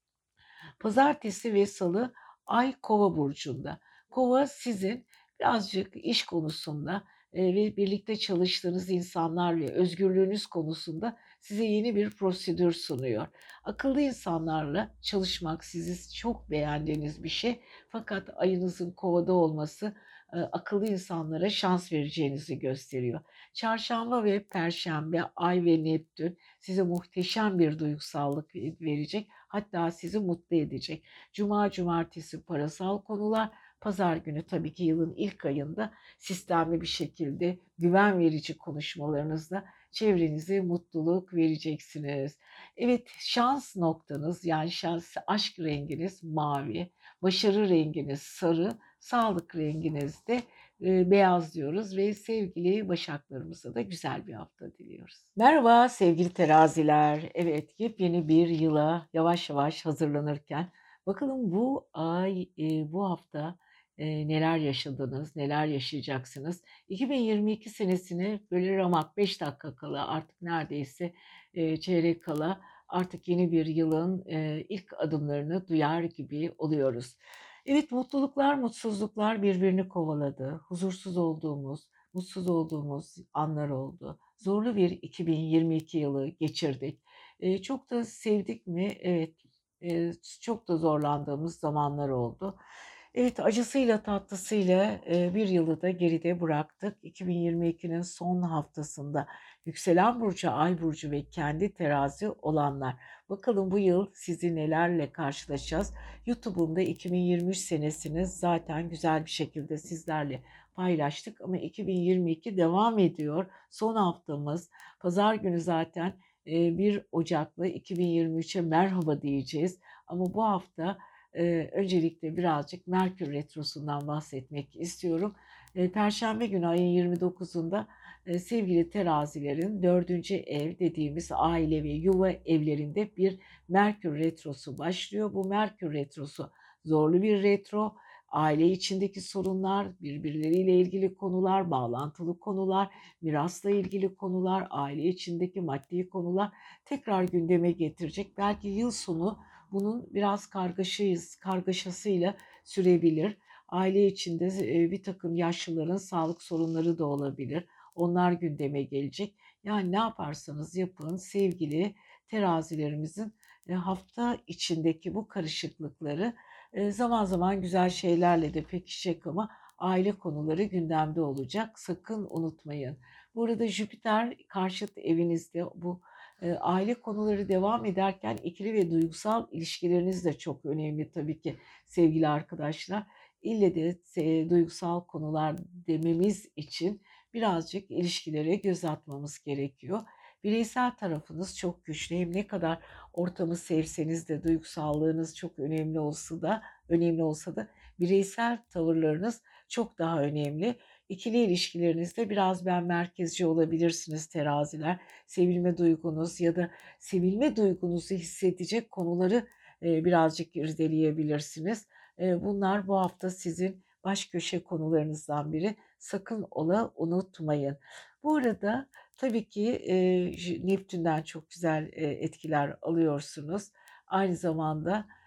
Pazartesi ve salı Ay Kova burcunda. Kova sizin birazcık iş konusunda e, ve birlikte çalıştığınız insanlar ve özgürlüğünüz konusunda size yeni bir prosedür sunuyor. Akıllı insanlarla çalışmak sizi çok beğendiğiniz bir şey. Fakat ayınızın Kovada olması e, akıllı insanlara şans vereceğinizi gösteriyor. Çarşamba ve Perşembe Ay ve Neptün size muhteşem bir duygusallık verecek. Hatta sizi mutlu edecek. Cuma, cumartesi parasal konular, pazar günü tabii ki yılın ilk ayında sistemli bir şekilde güven verici konuşmalarınızla çevrenize mutluluk vereceksiniz. Evet, şans noktanız yani şans aşk renginiz mavi, başarı renginiz sarı, sağlık renginiz de e, beyaz diyoruz ve sevgili Başaklarımıza da güzel bir hafta diliyoruz. Merhaba sevgili teraziler. Evet, yepyeni bir yıla yavaş yavaş hazırlanırken bakalım bu ay, e, bu hafta e, neler yaşadınız, neler yaşayacaksınız. iki bin yirmi iki senesine böyle ramak beş dakika kala artık neredeyse e, çeyrek kala artık yeni bir yılın e, ilk adımlarını duyar gibi oluyoruz. Evet, mutluluklar, mutsuzluklar birbirini kovaladı. Huzursuz olduğumuz, mutsuz olduğumuz anlar oldu. Zorlu bir iki bin yirmi iki yılı geçirdik. Eee, çok da sevdik mi? Evet. Eee, çok da zorlandığımız zamanlar oldu. Evet, acısıyla tatlısıyla eee, bir yılı da geride bıraktık. iki bin yirmi ikinin son haftasında yükselen burcu, ay burcu ve kendi terazi olanlar. Bakalım bu yıl sizi nelerle karşılaşacağız. YouTube'umda iki bin yirmi üç senesini zaten güzel bir şekilde sizlerle paylaştık ama iki bin yirmi iki devam ediyor. Son haftamız. Pazar günü zaten e, bir Ocak'la iki bin yirmi üçe merhaba diyeceğiz. Ama bu hafta e, öncelikle birazcık Merkür Retrosu'ndan bahsetmek istiyorum. E, Perşembe günü ayın yirmi dokuzunda e, sevgili terazilerin dördüncü ev dediğimiz aile ve yuva evlerinde bir Merkür Retrosu başlıyor. Bu Merkür Retrosu zorlu bir retro. Aile içindeki sorunlar, birbirleriyle ilgili konular, bağlantılı konular, mirasla ilgili konular, aile içindeki maddi konular tekrar gündeme getirecek. Belki yıl sonu bunun biraz kargaşayız, kargaşasıyla sürebilir. Aile içinde e, bir takım yaşlıların sağlık sorunları da olabilir. Onlar gündeme gelecek. Yani ne yaparsanız yapın sevgili terazilerimizin e, hafta içindeki bu karışıklıkları e, zaman zaman güzel şeylerle de pekişecek ama aile konuları gündemde olacak. Sakın unutmayın. Bu arada Jüpiter karşıt evinizde bu e, aile konuları devam ederken ikili ve duygusal ilişkileriniz de çok önemli tabii ki sevgili arkadaşlar. İlle de e, duygusal konular dememiz için birazcık ilişkilere göz atmamız gerekiyor. Bireysel tarafınız çok güçlü. Hem ne kadar ortamı sevseniz de duygusallığınız çok önemli olsa da önemli olsa da bireysel tavırlarınız çok daha önemli. İkili ilişkilerinizde biraz ben merkezci olabilirsiniz teraziler. Sevilme duygunuz ya da sevilme duygunuzu hissedecek konuları e, birazcık irdeleyebilirsiniz. E, bunlar bu hafta sizin baş köşe konularınızdan biri. Sakın ola unutmayın. Bu arada tabii ki e, Neptün'den çok güzel e, etkiler alıyorsunuz. Aynı zamanda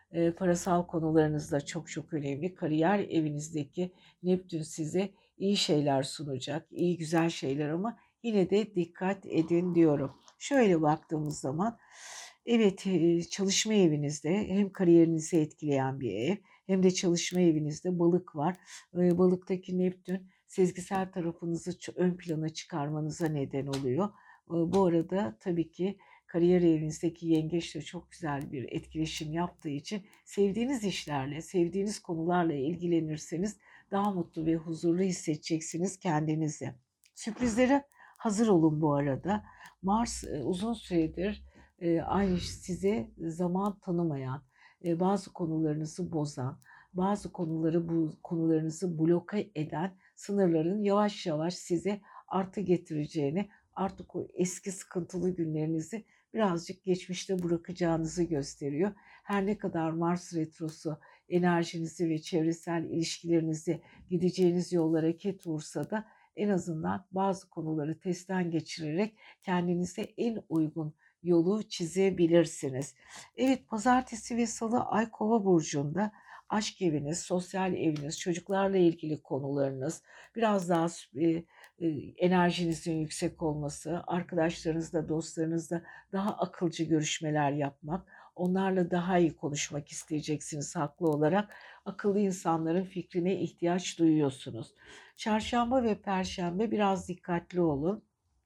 Eee, parasal konularınız da çok çok önemli. Kariyer evinizdeki Neptün size iyi şeyler sunacak, iyi güzel şeyler ama yine de dikkat edin diyorum. Şöyle baktığımız zaman evet, eee, çalışma evinizde hem kariyerinizi etkileyen bir ev hem de çalışma evinizde balık var. Eee, balıktaki Neptün sezgisel tarafınızı ç- ön plana çıkarmanıza neden oluyor. Eee, Bu arada tabii ki kariyer evinizdeki yengeçle çok güzel bir etkileşim yaptığı için sevdiğiniz işlerle, sevdiğiniz konularla ilgilenirseniz daha mutlu ve huzurlu hissedeceksiniz kendinizi. Sürprizlere hazır olun bu arada. Mars e, uzun süredir e, aynı size zaman tanımayan, e, bazı konularınızı bozan, bazı konuları bu konularınızı bloke eden sınırların yavaş yavaş size artı getireceğini, artık o eski sıkıntılı günlerinizi birazcık geçmişte bırakacağınızı gösteriyor. Her ne kadar Mars retrosu enerjinizi ve çevresel ilişkilerinizi gideceğiniz yollara ket vursa da en azından bazı konuları testten geçirerek kendinize en uygun yolu çizebilirsiniz. Evet, pazartesi ve salı Ay Kova burcunda aşk eviniz, sosyal eviniz, çocuklarla ilgili konularınız, biraz daha e, e, enerjinizin yüksek olması, arkadaşlarınızla, dostlarınızla daha akılcı görüşmeler yapmak, onlarla daha iyi konuşmak isteyeceksiniz haklı olarak. Akıllı insanların fikrine ihtiyaç duyuyorsunuz. Çarşamba ve Perşembe biraz dikkatli olun.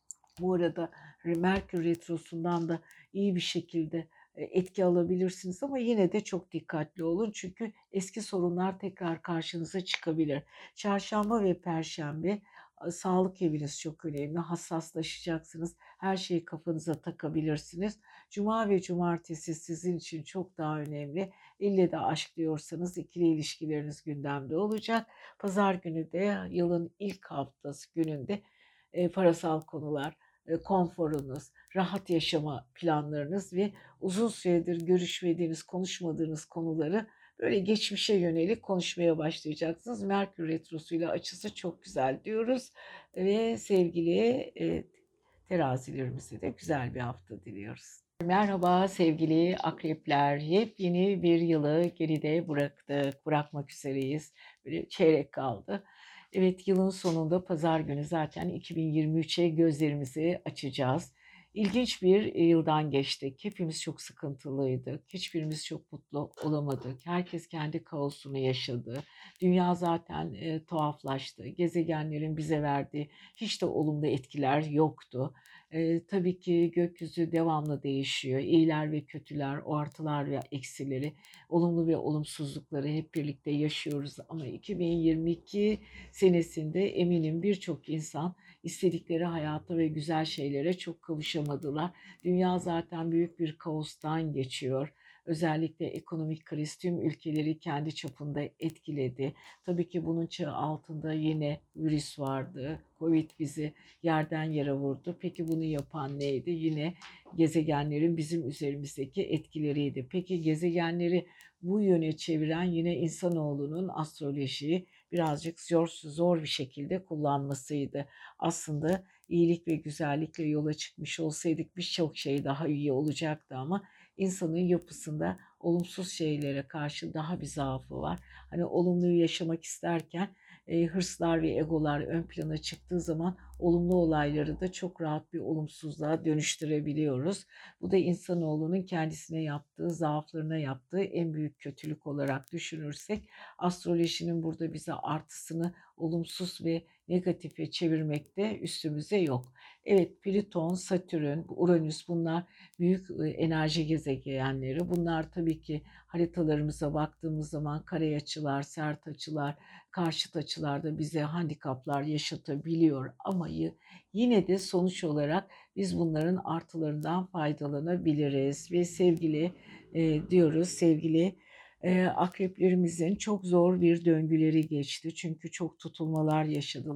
Bu arada Merkür Retrosu'ndan da iyi bir şekilde e, etki alabilirsiniz ama yine de çok dikkatli olun çünkü eski sorunlar tekrar karşınıza çıkabilir. Çarşamba ve Perşembe sağlık eviniz çok önemli. Hassaslaşacaksınız. Her şeyi kafanıza takabilirsiniz. Cuma ve Cumartesi sizin için çok daha önemli. İlle de aşk diyorsanız ikili ilişkileriniz gündemde olacak. Pazar günü de yılın ilk haftası gününde e, parasal konular, e, konforunuz, rahat yaşama planlarınız ve uzun süredir görüşmediğiniz, konuşmadığınız konuları böyle geçmişe yönelik konuşmaya başlayacaksınız. Merkür Retrosu'yla açısı çok güzel diyoruz ve sevgili e, terazilerimize de güzel bir hafta diliyoruz. Merhaba sevgili akrepler. Yepyeni bir yılı geride bıraktık, bırakmak üzereyiz. Böyle çeyrek kaldı. Evet, yılın sonunda pazar günü zaten iki bin yirmi üçe gözlerimizi açacağız. İlginç bir yıldan geçtik. Hepimiz çok sıkıntılıydık. Hiçbirimiz çok mutlu olamadık. Herkes kendi kaosunu yaşadı. Dünya zaten e, tuhaflaştı. Gezegenlerin bize verdiği hiç de olumlu etkiler yoktu. E, tabii ki gökyüzü devamlı değişiyor. İyiler ve kötüler, o artılar ve eksileri, olumlu ve olumsuzlukları hep birlikte yaşıyoruz. Ama iki bin yirmi iki senesinde eminim birçok insan istedikleri hayata ve güzel şeylere çok kavuşamadılar. Dünya zaten büyük bir kaostan geçiyor. Özellikle ekonomik kriz tüm ülkeleri kendi çapında etkiledi. Tabii ki bunun çağı altında yine virüs vardı. Covid bizi yerden yere vurdu. Peki bunu yapan neydi? Yine gezegenlerin bizim üzerimizdeki etkileriydi. Peki gezegenleri bu yöne çeviren yine insanoğlunun astrolojiyi birazcık zor zor bir şekilde kullanmasıydı. Aslında iyilik ve güzellikle yola çıkmış olsaydık birçok şey daha iyi olacaktı ama insanın yapısında olumsuz şeylere karşı daha bir zaafı var. Hani olumluyu yaşamak isterken e, hırslar ve egolar ön plana çıktığı zaman olumlu olayları da çok rahat bir olumsuzluğa dönüştürebiliyoruz. Bu da insanoğlunun kendisine yaptığı, zaaflarına yaptığı en büyük kötülük olarak düşünürsek astrolojinin burada bize artısını olumsuz ve negatife çevirmekte üstümüze yok. Evet, Plüton, Satürn, Uranüs bunlar büyük e, enerji gezegenleri. Bunlar tabii ki haritalarımıza baktığımız zaman kare açılar, sert açılar, karşıt açılarda bize handikaplar yaşatabiliyor ama yine de sonuç olarak biz bunların artılarından faydalanabiliriz ve sevgili e, diyoruz sevgili e, akreplerimizin çok zor bir döngüleri geçti çünkü çok tutulmalar yaşadılar.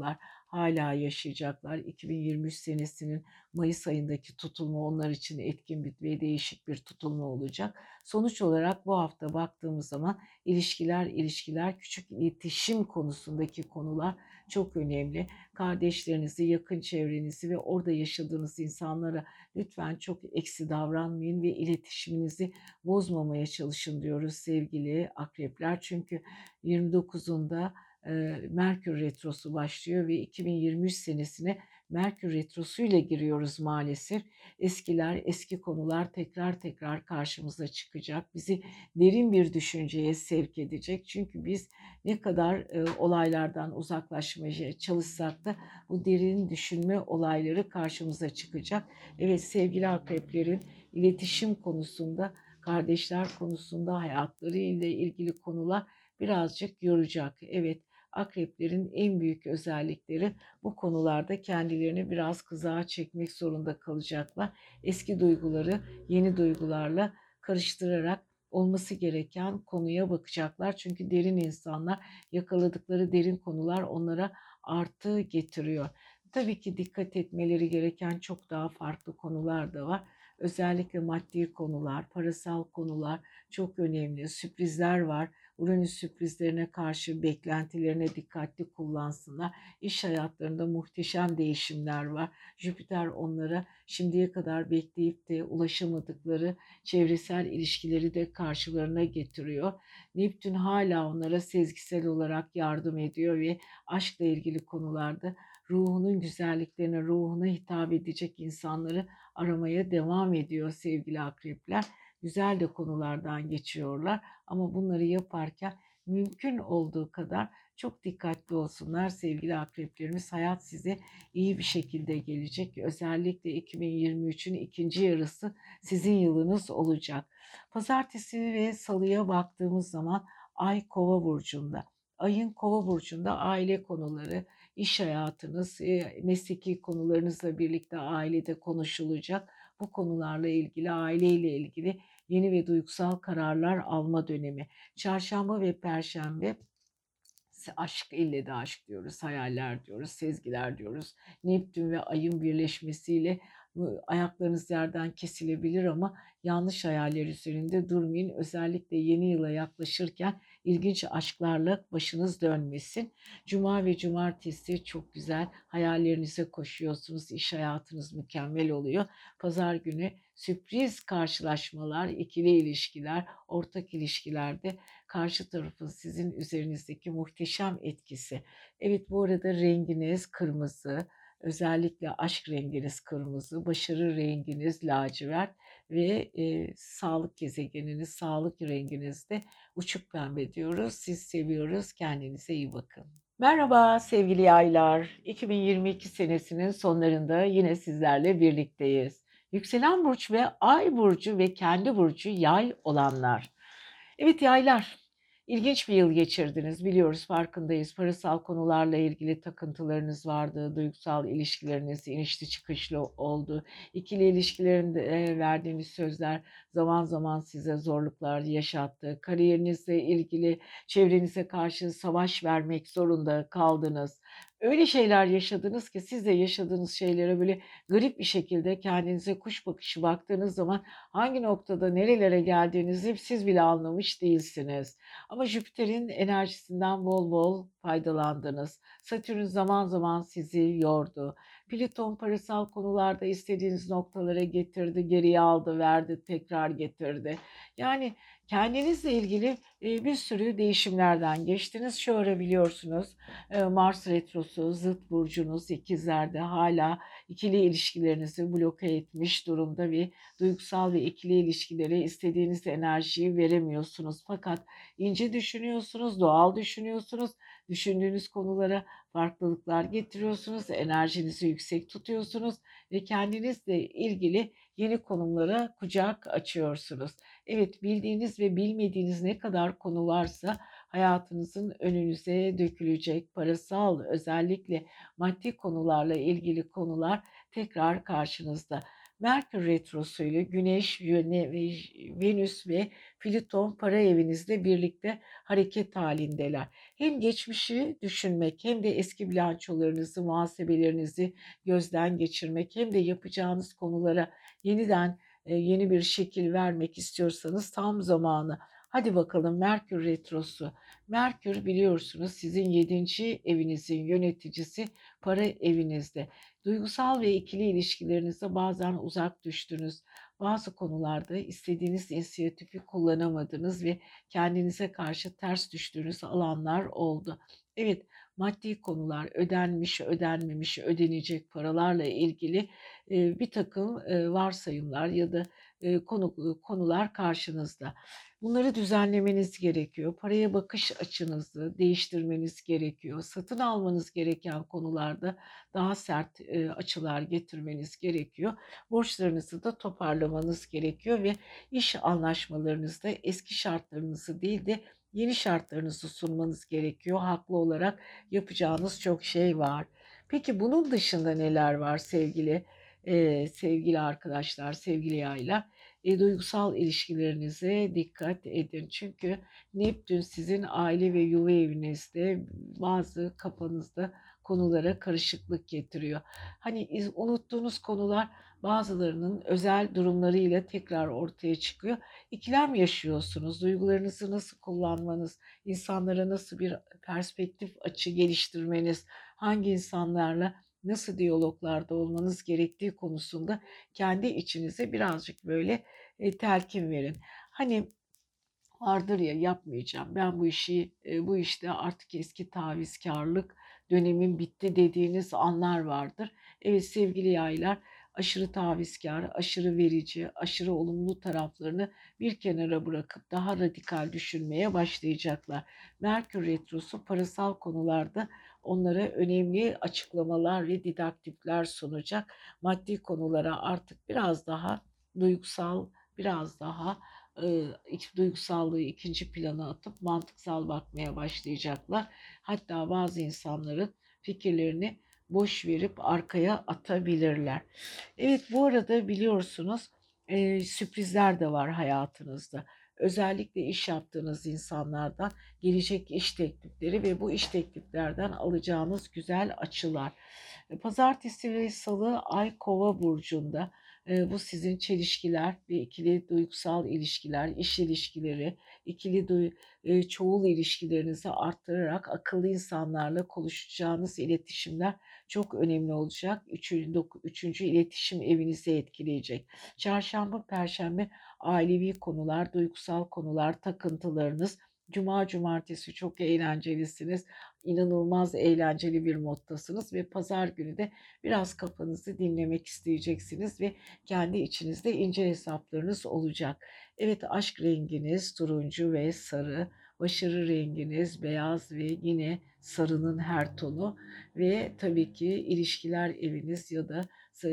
hala yaşayacaklar. iki bin yirmi üç senesinin Mayıs ayındaki tutulma onlar için etkin bir ve değişik bir tutulma olacak. Sonuç olarak bu hafta baktığımız zaman ilişkiler, ilişkiler, küçük iletişim konusundaki konular çok önemli. Kardeşlerinizi, yakın çevrenizi ve orada yaşadığınız insanlara lütfen çok eksi davranmayın ve iletişiminizi bozmamaya çalışın diyoruz sevgili akrepler. Çünkü yirmi dokuzunda e, Merkür Retrosu başlıyor ve iki bin yirmi üç senesine Merkür Retrosu ile giriyoruz maalesef. Eskiler, eski konular tekrar tekrar karşımıza çıkacak. Bizi derin bir düşünceye sevk edecek. Çünkü biz ne kadar e, olaylardan uzaklaşmaya çalışsak da bu derin düşünme olayları karşımıza çıkacak. Evet sevgili akreplerin iletişim konusunda, kardeşler konusunda hayatları ile ilgili konular birazcık yoracak. Evet, akreplerin en büyük özellikleri bu konularda kendilerini biraz kızağa çekmek zorunda kalacaklar. Eski duyguları yeni duygularla karıştırarak olması gereken konuya bakacaklar. Çünkü derin insanlar, yakaladıkları derin konular onlara artı getiriyor. Tabii ki dikkat etmeleri gereken çok daha farklı konular da var. Özellikle maddi konular, parasal konular çok önemli. Sürprizler var. Uranüs sürprizlerine karşı beklentilerine dikkatli kullansınlar. İş hayatlarında muhteşem değişimler var. Jüpiter onlara şimdiye kadar bekleyip de ulaşamadıkları çevresel ilişkileri de karşılarına getiriyor. Neptün hala onlara sezgisel olarak yardım ediyor ve aşkla ilgili konularda ruhunun güzelliklerine, ruhuna hitap edecek insanları aramaya devam ediyor sevgili akrepler. Güzel de konulardan geçiyorlar ama bunları yaparken mümkün olduğu kadar çok dikkatli olsunlar sevgili akreplerimiz. Hayat size iyi bir şekilde gelecek. Özellikle iki bin yirmi üçün ikinci yarısı sizin yılınız olacak. Pazartesi ve salıya baktığımız zaman Ay Kova burcunda. Ayın Kova burcunda aile konuları, iş hayatınız, e, mesleki konularınızla birlikte ailede konuşulacak. Bu konularla ilgili, aileyle ilgili yeni ve duygusal kararlar alma dönemi. Çarşamba ve Perşembe aşk, ille de aşk diyoruz, hayaller diyoruz, sezgiler diyoruz. Neptün ve Ay'ın birleşmesiyle ayaklarınız yerden kesilebilir ama yanlış hayaller üzerinde durmayın. Özellikle yeni yıla yaklaşırken ilginç aşklarla başınız dönmesin. Cuma ve cumartesi çok güzel hayallerinize koşuyorsunuz. İş hayatınız mükemmel oluyor. Pazar günü sürpriz karşılaşmalar, ikili ilişkiler, ortak ilişkilerde karşı tarafın sizin üzerinizdeki muhteşem etkisi. Evet bu arada renginiz kırmızı, özellikle aşk renginiz kırmızı, başarı renginiz lacivert ve e, sağlık gezegeniniz, sağlık renginiz de uçuk pembe diyoruz. Siz seviyoruz, kendinize iyi bakın. Merhaba sevgili yaylar. iki bin yirmi iki senesinin sonlarında yine sizlerle birlikteyiz. Yükselen burç ve ay burcu ve kendi burcu yay olanlar. Evet yaylar, ilginç bir yıl geçirdiniz biliyoruz, farkındayız. Parasal konularla ilgili takıntılarınız vardı, duygusal ilişkileriniz inişli çıkışlı oldu. İkili ilişkilerinde e, verdiğiniz sözler zaman zaman size zorluklar yaşattı. Kariyerinizle ilgili çevrenize karşı savaş vermek zorunda kaldınız. Öyle şeyler yaşadınız ki siz de yaşadığınız şeylere böyle garip bir şekilde kendinize kuş bakışı baktığınız zaman hangi noktada nerelere geldiğinizi siz bile anlamış değilsiniz. Ama Jüpiter'in enerjisinden bol bol faydalandınız. Satürn zaman zaman sizi yordu. Plüton parasal konularda istediğiniz noktalara getirdi, geriye aldı, verdi, tekrar getirdi. Yani kendinizle ilgili e, bir sürü değişimlerden geçtiniz. Şu ara biliyorsunuz e, Mars retrosu, zıt burcunuz ikizlerde hala ikili ilişkilerinizi bloke etmiş durumda ve duygusal ve ikili ilişkilere istediğiniz enerjiyi veremiyorsunuz. Fakat ince düşünüyorsunuz, doğal düşünüyorsunuz, düşündüğünüz konulara farklılıklar getiriyorsunuz, enerjinizi yüksek tutuyorsunuz ve kendinizle ilgili yeni konumlara kucak açıyorsunuz. Evet, bildiğiniz ve bilmediğiniz ne kadar konu varsa hayatınızın önünüze dökülecek parasal, özellikle maddi konularla ilgili konular tekrar karşınızda. Merkür Retrosu ile Güneş, Yöne- Venüs ve Plüton para evinizde birlikte hareket halindeler. Hem geçmişi düşünmek hem de eski bilançolarınızı, muhasebelerinizi gözden geçirmek hem de yapacağınız konulara yeniden e, yeni bir şekil vermek istiyorsanız tam zamanı. Hadi bakalım Merkür Retrosu. Merkür biliyorsunuz sizin yedinci evinizin yöneticisi, para evinizde. Duygusal ve ikili ilişkilerinizde bazen uzak düştünüz. Bazı konularda istediğiniz inisiyatifi kullanamadınız ve kendinize karşı ters düştüğünüz alanlar oldu. Evet, maddi konular, ödenmiş, ödenmemiş, ödenecek paralarla ilgili e, bir takım e, varsayımlar ya da e, konu, konular karşınızda. Bunları düzenlemeniz gerekiyor. Paraya bakış açınızı değiştirmeniz gerekiyor. Satın almanız gereken konularda daha sert e, açılar getirmeniz gerekiyor. Borçlarınızı da toparlamanız gerekiyor ve iş anlaşmalarınızda eski şartlarınızı değil de yeni şartlarınızı sunmanız gerekiyor. Haklı olarak yapacağınız çok şey var. Peki bunun dışında neler var sevgili e, sevgili arkadaşlar, sevgili yaylar? E, duygusal ilişkilerinize dikkat edin. Çünkü Neptün sizin aile ve yuva evinizde bazı kafanızda konulara karışıklık getiriyor. Hani unuttuğunuz konular bazılarının özel durumlarıyla tekrar ortaya çıkıyor. İkilem yaşıyorsunuz. Duygularınızı nasıl kullanmanız, insanlara nasıl bir perspektif açı geliştirmeniz, hangi insanlarla nasıl diyaloglarda olmanız gerektiği konusunda kendi içinize birazcık böyle e, telkin verin. Hani vardır ya yapmayacağım. Ben bu işi e, bu işte artık eski tavizkarlık dönemin bitti dediğiniz anlar vardır. Evet sevgili yaylar aşırı tavizkar, aşırı verici, aşırı olumlu taraflarını bir kenara bırakıp daha radikal düşünmeye başlayacaklar. Merkür Retrosu parasal konularda onlara önemli açıklamalar ve didaktikler sunacak. Maddi konulara artık biraz daha duygusal, biraz daha e, duygusallığı ikinci plana atıp mantıksal bakmaya başlayacaklar. Hatta bazı insanların fikirlerini boş verip arkaya atabilirler. Evet bu arada biliyorsunuz e, sürprizler de var hayatınızda. Özellikle iş yaptığınız insanlardan gelecek iş teklifleri ve bu iş tekliflerden alacağınız güzel açılar. E, Pazartesi ve Salı Ay Kova burcunda. E, bu sizin çelişkiler ve ikili duygusal ilişkiler, iş ilişkileri, ikili duy- e, çoğul ilişkilerinizi arttırarak akıllı insanlarla konuşacağınız iletişimler çok önemli olacak. Üçüncü, üçüncü iletişim evinizi etkileyecek. Çarşamba, Perşembe ailevi konular, duygusal konular, takıntılarınız. Cuma, cumartesi çok eğlencelisiniz. İnanılmaz eğlenceli bir moddasınız ve pazar günü de biraz kafanızı dinlemek isteyeceksiniz ve kendi içinizde ince hesaplarınız olacak. Evet aşk renginiz turuncu ve sarı, başarı renginiz beyaz ve yine sarının her tonu ve tabii ki ilişkiler eviniz ya da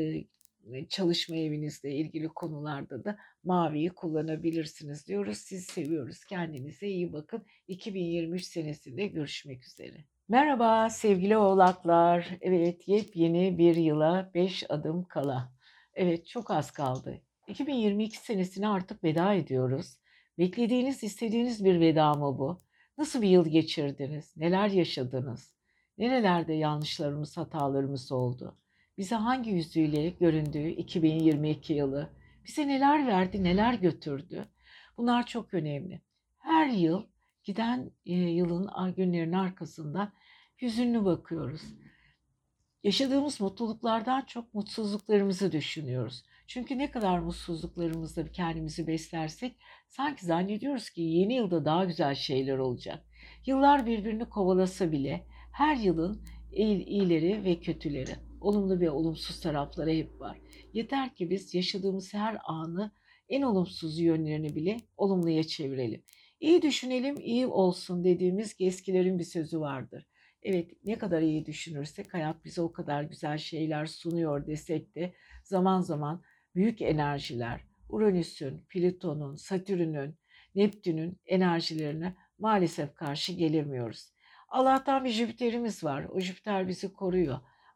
çalışma evinizle ilgili konularda da maviyi kullanabilirsiniz diyoruz. Siz seviyoruz. Kendinize iyi bakın. iki bin yirmi üç senesinde görüşmek üzere. Merhaba sevgili oğlaklar. Evet yepyeni bir yıla beş adım kala. Evet çok az kaldı. iki bin yirmi iki senesine artık veda ediyoruz. Beklediğiniz, istediğiniz bir veda mı bu? Nasıl bir yıl geçirdiniz? Neler yaşadınız? Nerelerde yanlışlarımız, hatalarımız oldu? Bize hangi yüzüyle göründüğü iki bin yirmi iki yılı? Bize neler verdi, neler götürdü? Bunlar çok önemli. Her yıl giden e, yılın günlerin arkasından hüzünlü bakıyoruz. Yaşadığımız mutluluklardan çok mutsuzluklarımızı düşünüyoruz. Çünkü ne kadar mutsuzluklarımızla kendimizi beslersek sanki zannediyoruz ki yeni yılda daha güzel şeyler olacak. Yıllar birbirini kovalasa bile her yılın iyileri ve kötüleri, olumlu ve olumsuz tarafları hep var. Yeter ki biz yaşadığımız her anı en olumsuz yönlerini bile olumluya çevirelim. İyi düşünelim, iyi olsun dediğimiz eskilerin bir sözü vardır. Evet, ne kadar iyi düşünürsek hayat bize o kadar güzel şeyler sunuyor desek de zaman zaman büyük enerjiler, Uranüs'ün, Plüton'un, Satürn'ün, Neptün'ün enerjilerine maalesef karşı gelemiyoruz. Allah'tan bir Jüpiter'imiz var. O Jüpiter bizi koruyor.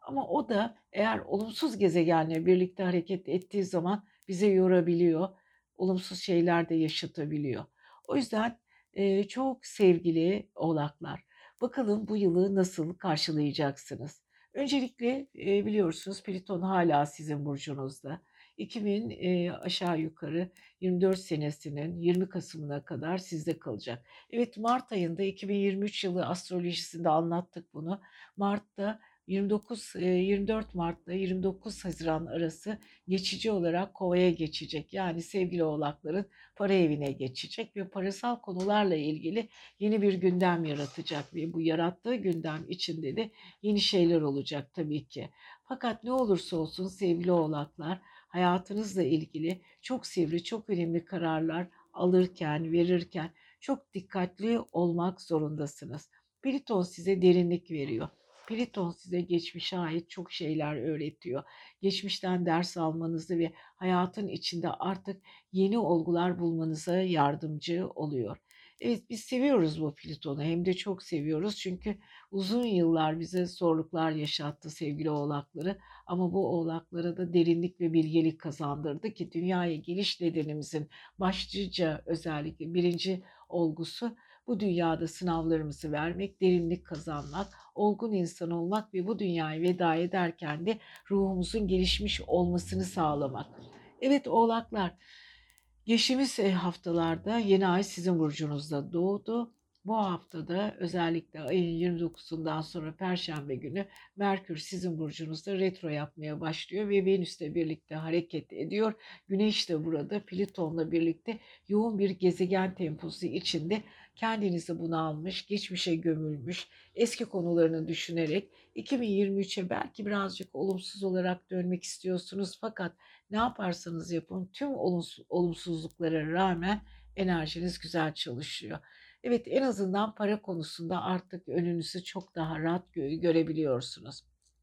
Ama o da eğer olumsuz gezegenle birlikte hareket ettiği zaman bizi yorabiliyor, olumsuz şeyler de yaşatabiliyor. O yüzden, eee, çok sevgili Oğlaklar, bakalım bu yılı nasıl karşılayacaksınız? Öncelikle, eee, biliyorsunuz Plüton hâlâ sizin burcunuzda. iki bin, eee, aşağı yukarı yirmi dört senesinin yirmi Kasım'ına kadar sizde kalacak. Evet, mart ayında iki bin yirmi üç yılı astrolojisinde anlattık bunu. Mart'ta yirmi dokuz, eee, yirmi dört Mart'la yirmi dokuz Haziran arası geçici olarak Kova'ya geçecek. Yani sevgili Oğlakların para evine geçecek ve parasal konularla ilgili yeni bir gündem yaratacak ve bu yarattığı gündem içinde de yeni şeyler olacak tabii ki. Fakat ne olursa olsun sevgili Oğlaklar, hayatınızla ilgili çok sivri, çok önemli kararlar alırken, verirken çok dikkatli olmak zorundasınız. Plüton size derinlik veriyor. Plüton size geçmişe ait çok şeyler öğretiyor. Geçmişten ders almanızı ve hayatın içinde artık yeni olgular bulmanıza yardımcı oluyor. Evet, biz seviyoruz bu Plüton'u, hem de çok seviyoruz çünkü uzun yıllar bize zorluklar yaşattı sevgili Oğlakları, ama bu Oğlaklara da derinlik ve bilgelik kazandırdı ki dünyaya geliş nedenimizin başlıca özellikle birinci olgusu bu dünyada sınavlarımızı vermek, derinlik kazanmak, olgun insan olmak ve bu dünyaya veda ederken de ruhumuzun gelişmiş olmasını sağlamak. Evet Oğlaklar, geçtiğimiz e, haftalarda yeni ay sizin burcunuzda doğdu. Bu haftada özellikle ayın yirmi dokuzundan sonra Perşembe günü Merkür sizin burcunuzda retro yapmaya başlıyor ve Venüs'le birlikte hareket ediyor. Güneş de burada Plüton'la birlikte yoğun bir gezegen temposu içinde kendinizi bunalmış, geçmişe gömülmüş, eski konularını düşünerek iki bin yirmi üçe belki birazcık olumsuz olarak dönmek istiyorsunuz, fakat ne yaparsanız yapın tüm olumsuzluklara rağmen enerjiniz güzel çalışıyor. Evet, en azından para konusunda artık önünüzü çok daha rahat gö- görebiliyorsunuz.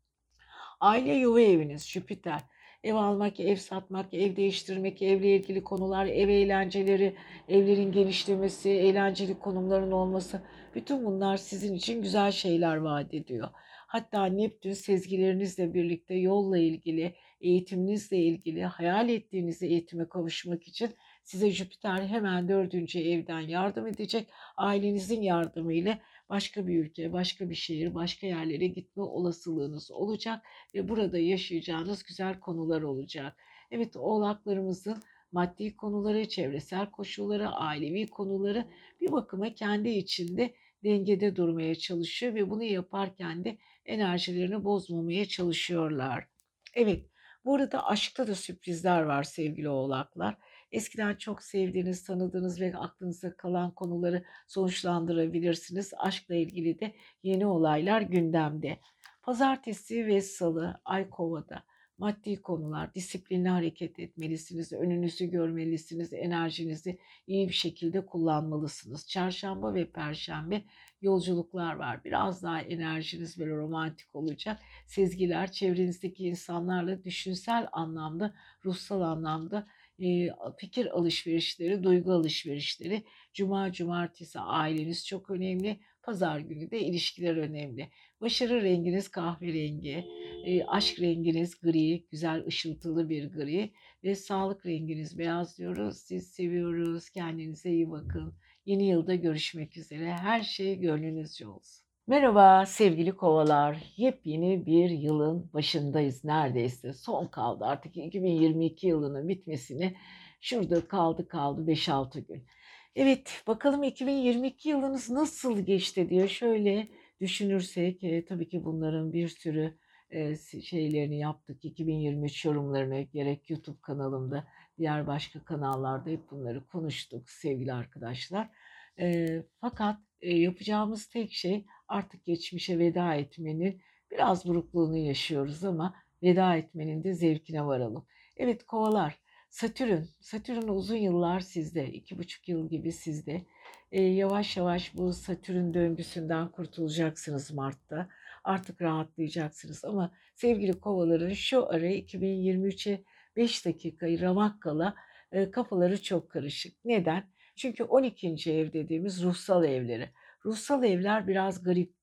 Aile yuva eviniz Jüpiter. Ev almak, ev satmak, ev değiştirmek, evle ilgili konular, ev eğlenceleri, evlerin genişlemesi, eğlenceli konumların olması, bütün bunlar sizin için güzel şeyler vaat ediyor. Hatta Neptün sezgilerinizle birlikte yolla ilgili, eğitiminizle ilgili, hayal ettiğiniz eğitime kavuşmak için size Jüpiter hemen dördüncü evden yardım edecek. Ailenizin yardımıyla başka bir ülke, başka bir şehir, başka yerlere gitme olasılığınız olacak ve burada yaşayacağınız güzel konular olacak. Evet, oğlaklarımızın maddi konuları, çevresel koşulları, ailevi konuları bir bakıma kendi içinde dengede durmaya çalışıyor ve bunu yaparken de enerjilerini bozmamaya çalışıyorlar. Evet, bu arada aşkta da sürprizler var sevgili oğlaklar. Eskiden çok sevdiğiniz, tanıdığınız ve aklınıza kalan konuları sonuçlandırabilirsiniz. Aşkla ilgili de yeni olaylar gündemde. Pazartesi ve salı Ay Kova'da maddi konular, disiplinli hareket etmelisiniz, önünüzü görmelisiniz, enerjinizi iyi bir şekilde kullanmalısınız. Çarşamba ve Perşembe yolculuklar var. Biraz daha enerjiniz böyle romantik olacak. Sezgiler, çevrenizdeki insanlarla düşünsel anlamda, ruhsal anlamda e, fikir alışverişleri, duygu alışverişleri. Cuma, cumartesi aileniz çok önemli. Pazar günü de ilişkiler önemli. Başarı renginiz kahverengi, e, aşk renginiz gri, güzel ışıltılı bir gri ve sağlık renginiz beyaz diyoruz. Siz seviyoruz, kendinize iyi bakın. Yeni yılda görüşmek üzere. Her şey gönlünüzce olsun. Merhaba sevgili kovalar. Yepyeni bir yılın başındayız neredeyse. Son kaldı artık iki bin yirmi iki yılının bitmesine. Şurada kaldı kaldı beş altı gün. Evet, bakalım iki bin yirmi iki yılınız nasıl geçti diye şöyle düşünürsek, e, tabii ki bunların bir sürü e, şeylerini yaptık. iki bin yirmi üç yorumlarını gerek YouTube kanalımda, diğer başka kanallarda hep bunları konuştuk sevgili arkadaşlar. E, fakat e, yapacağımız tek şey artık geçmişe veda etmenin biraz burukluğunu yaşıyoruz, ama veda etmenin de zevkine varalım. Evet kovalar, Satürn, Satürn uzun yıllar sizde, iki buçuk yıl gibi sizde. E, yavaş yavaş bu Satürn döngüsünden kurtulacaksınız Mart'ta. Artık rahatlayacaksınız, ama sevgili kovaların şu ara iki bin yirmi üçe beş dakikayı ramak kala e, kafaları çok karışık. Neden? Çünkü on ikinci ev dediğimiz ruhsal evleri. Ruhsal evler biraz gariptir.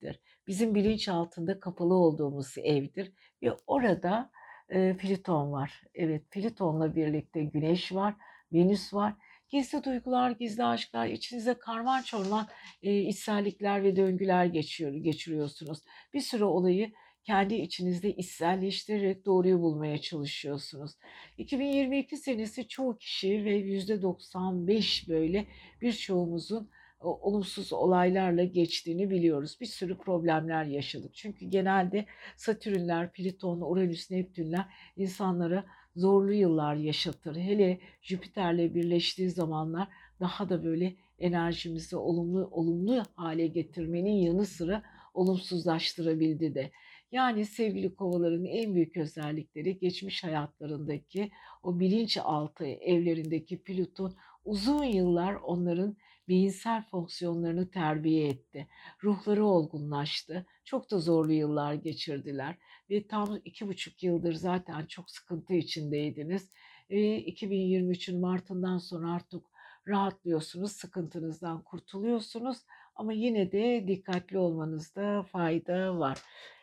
bizim bilinç altında kapalı olduğumuz evdir ve orada e, Plüton var. Evet, Plüton'la birlikte Güneş var, Venüs var. Gizli duygular, gizli aşklar, içinize karman çorman e, içsellikler ve döngüler geçiyor, geçiriyorsunuz. Bir sürü olayı kendi içinizde içselleştirerek doğruyu bulmaya çalışıyorsunuz. iki bin yirmi iki senesi çoğu kişi ve yüzde doksan beş böyle birçoğumuzun olumsuz olaylarla geçtiğini biliyoruz. Bir sürü problemler yaşadık. Çünkü genelde Satürnler, Plüton, Uranüs, Neptünler insanlara zorlu yıllar yaşatır. Hele Jüpiter'le birleştiği zamanlar daha da böyle enerjimizi olumlu olumlu hale getirmenin yanı sıra olumsuzlaştırabildi de. Yani sevgili kovaların en büyük özellikleri geçmiş hayatlarındaki o bilinçaltı evlerindeki Plüton uzun yıllar onların beyinsel fonksiyonlarını terbiye etti. Ruhları olgunlaştı. Çok da zorlu yıllar geçirdiler ve tam iki buçuk yıldır zaten çok sıkıntı içindeydiniz. Ve iki bin yirmi üçün Mart'ından sonra artık rahatlıyorsunuz, sıkıntınızdan kurtuluyorsunuz ama yine de dikkatli olmanızda fayda var.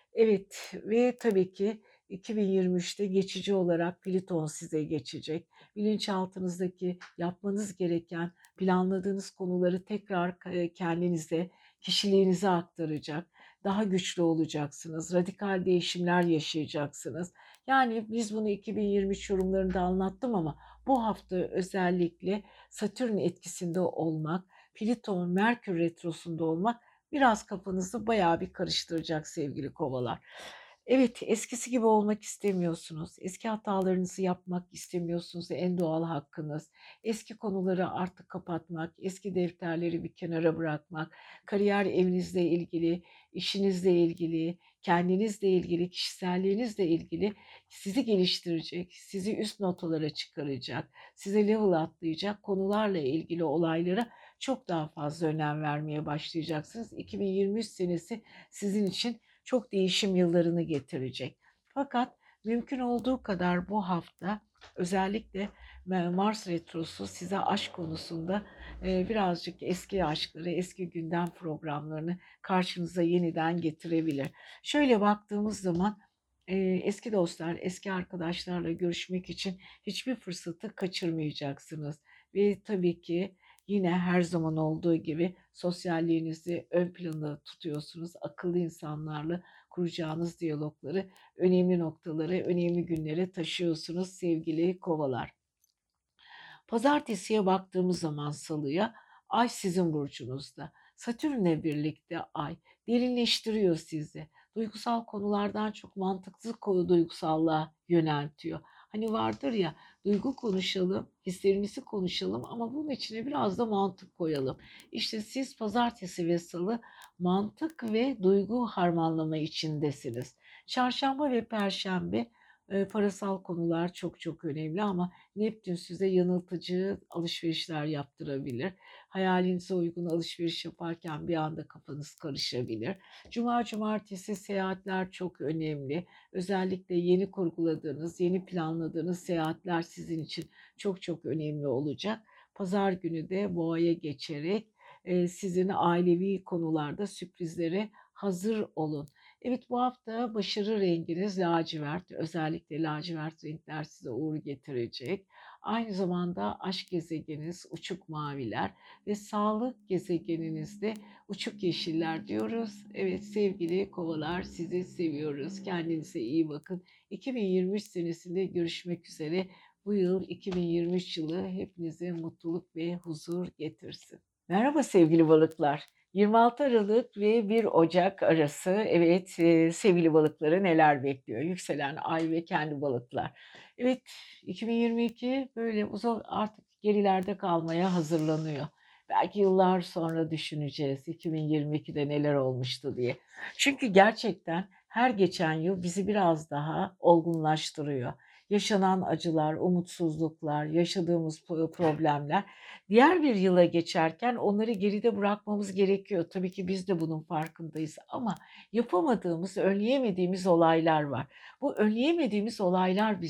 Evet ve tabii ki iki bin yirmi üçte geçici olarak Plüton size geçecek. Bilinçaltınızdaki yapmanız gereken, planladığınız konuları tekrar kendinize, kişiliğinize aktaracak. Daha güçlü olacaksınız, radikal değişimler yaşayacaksınız. Yani biz bunu iki bin yirmi üç yorumlarında anlattım ama bu hafta özellikle Satürn etkisinde olmak, Plüton, Merkür retrosunda olmak biraz kafanızı bayağı bir karıştıracak sevgili kovalar. Evet, eskisi gibi olmak istemiyorsunuz. Eski hatalarınızı yapmak istemiyorsunuz. En doğal hakkınız. Eski konuları artık kapatmak, eski defterleri bir kenara bırakmak, kariyer evinizle ilgili, işinizle ilgili, kendinizle ilgili, kişiselliğinizle ilgili sizi geliştirecek, sizi üst notalara çıkaracak, size level atlayacak konularla ilgili olaylara çok daha fazla önem vermeye başlayacaksınız. iki bin yirmi üç senesi sizin için çok değişim yıllarını getirecek. Fakat mümkün olduğu kadar bu hafta özellikle Mars Retrosu size aşk konusunda birazcık eski aşkları, eski gündem programlarını karşınıza yeniden getirebilir. Şöyle baktığımız zaman eski dostlar, eski arkadaşlarla görüşmek için hiçbir fırsatı kaçırmayacaksınız. Ve tabii ki yine her zaman olduğu gibi sosyalliğinizi ön planda tutuyorsunuz. Akıllı insanlarla kuracağınız diyalogları, önemli noktaları, önemli günlere taşıyorsunuz sevgili kovalar. Pazartesiye baktığımız zaman salıya ay sizin burcunuzda. Satürn'le birlikte ay derinleştiriyor sizi. Duygusal konulardan çok mantıksız konu duygusallığa yöneltiyor. Hani vardır ya duygu konuşalım, hislerimizi konuşalım ama bunun içine biraz da mantık koyalım. İşte siz pazartesi ve salı mantık ve duygu harmanlama içindesiniz. Çarşamba ve perşembe e, parasal konular çok çok önemli ama Neptün size yanıltıcı alışverişler yaptırabilir. Hayalinize uygun alışveriş yaparken bir anda kafanız karışabilir. Cuma, cumartesi seyahatler çok önemli. Özellikle yeni kurguladığınız, yeni planladığınız seyahatler sizin için çok çok önemli olacak. Pazar günü de boğaya geçerek e, sizin ailevi konularda sürprizlere hazır olun. Evet bu hafta başarı renginiz lacivert. Özellikle lacivert renkler size uğur getirecek. Aynı zamanda aşk gezegeniniz uçuk maviler ve sağlık gezegeninizde uçuk yeşiller diyoruz. Evet sevgili kovalar sizi seviyoruz. Kendinize iyi bakın. iki bin yirmi üç senesinde görüşmek üzere. Bu yıl iki bin yirmi üç yılı hepinize mutluluk ve huzur getirsin. Merhaba sevgili balıklar. yirmi altı Aralık ve bir Ocak arası evet e, sevgili balıkları neler bekliyor? Yükselen ay ve kendi balıklar. Evet iki bin yirmi iki böyle uzun artık gerilerde kalmaya hazırlanıyor. Belki yıllar sonra düşüneceğiz iki bin yirmi ikide neler olmuştu diye. Çünkü gerçekten her geçen yıl bizi biraz daha olgunlaştırıyor. Yaşanan acılar, umutsuzluklar, yaşadığımız problemler diğer bir yıla geçerken onları geride bırakmamız gerekiyor. Tabii ki biz de bunun farkındayız ama yapamadığımız, önleyemediğimiz olaylar var. Bu önleyemediğimiz olaylar bizi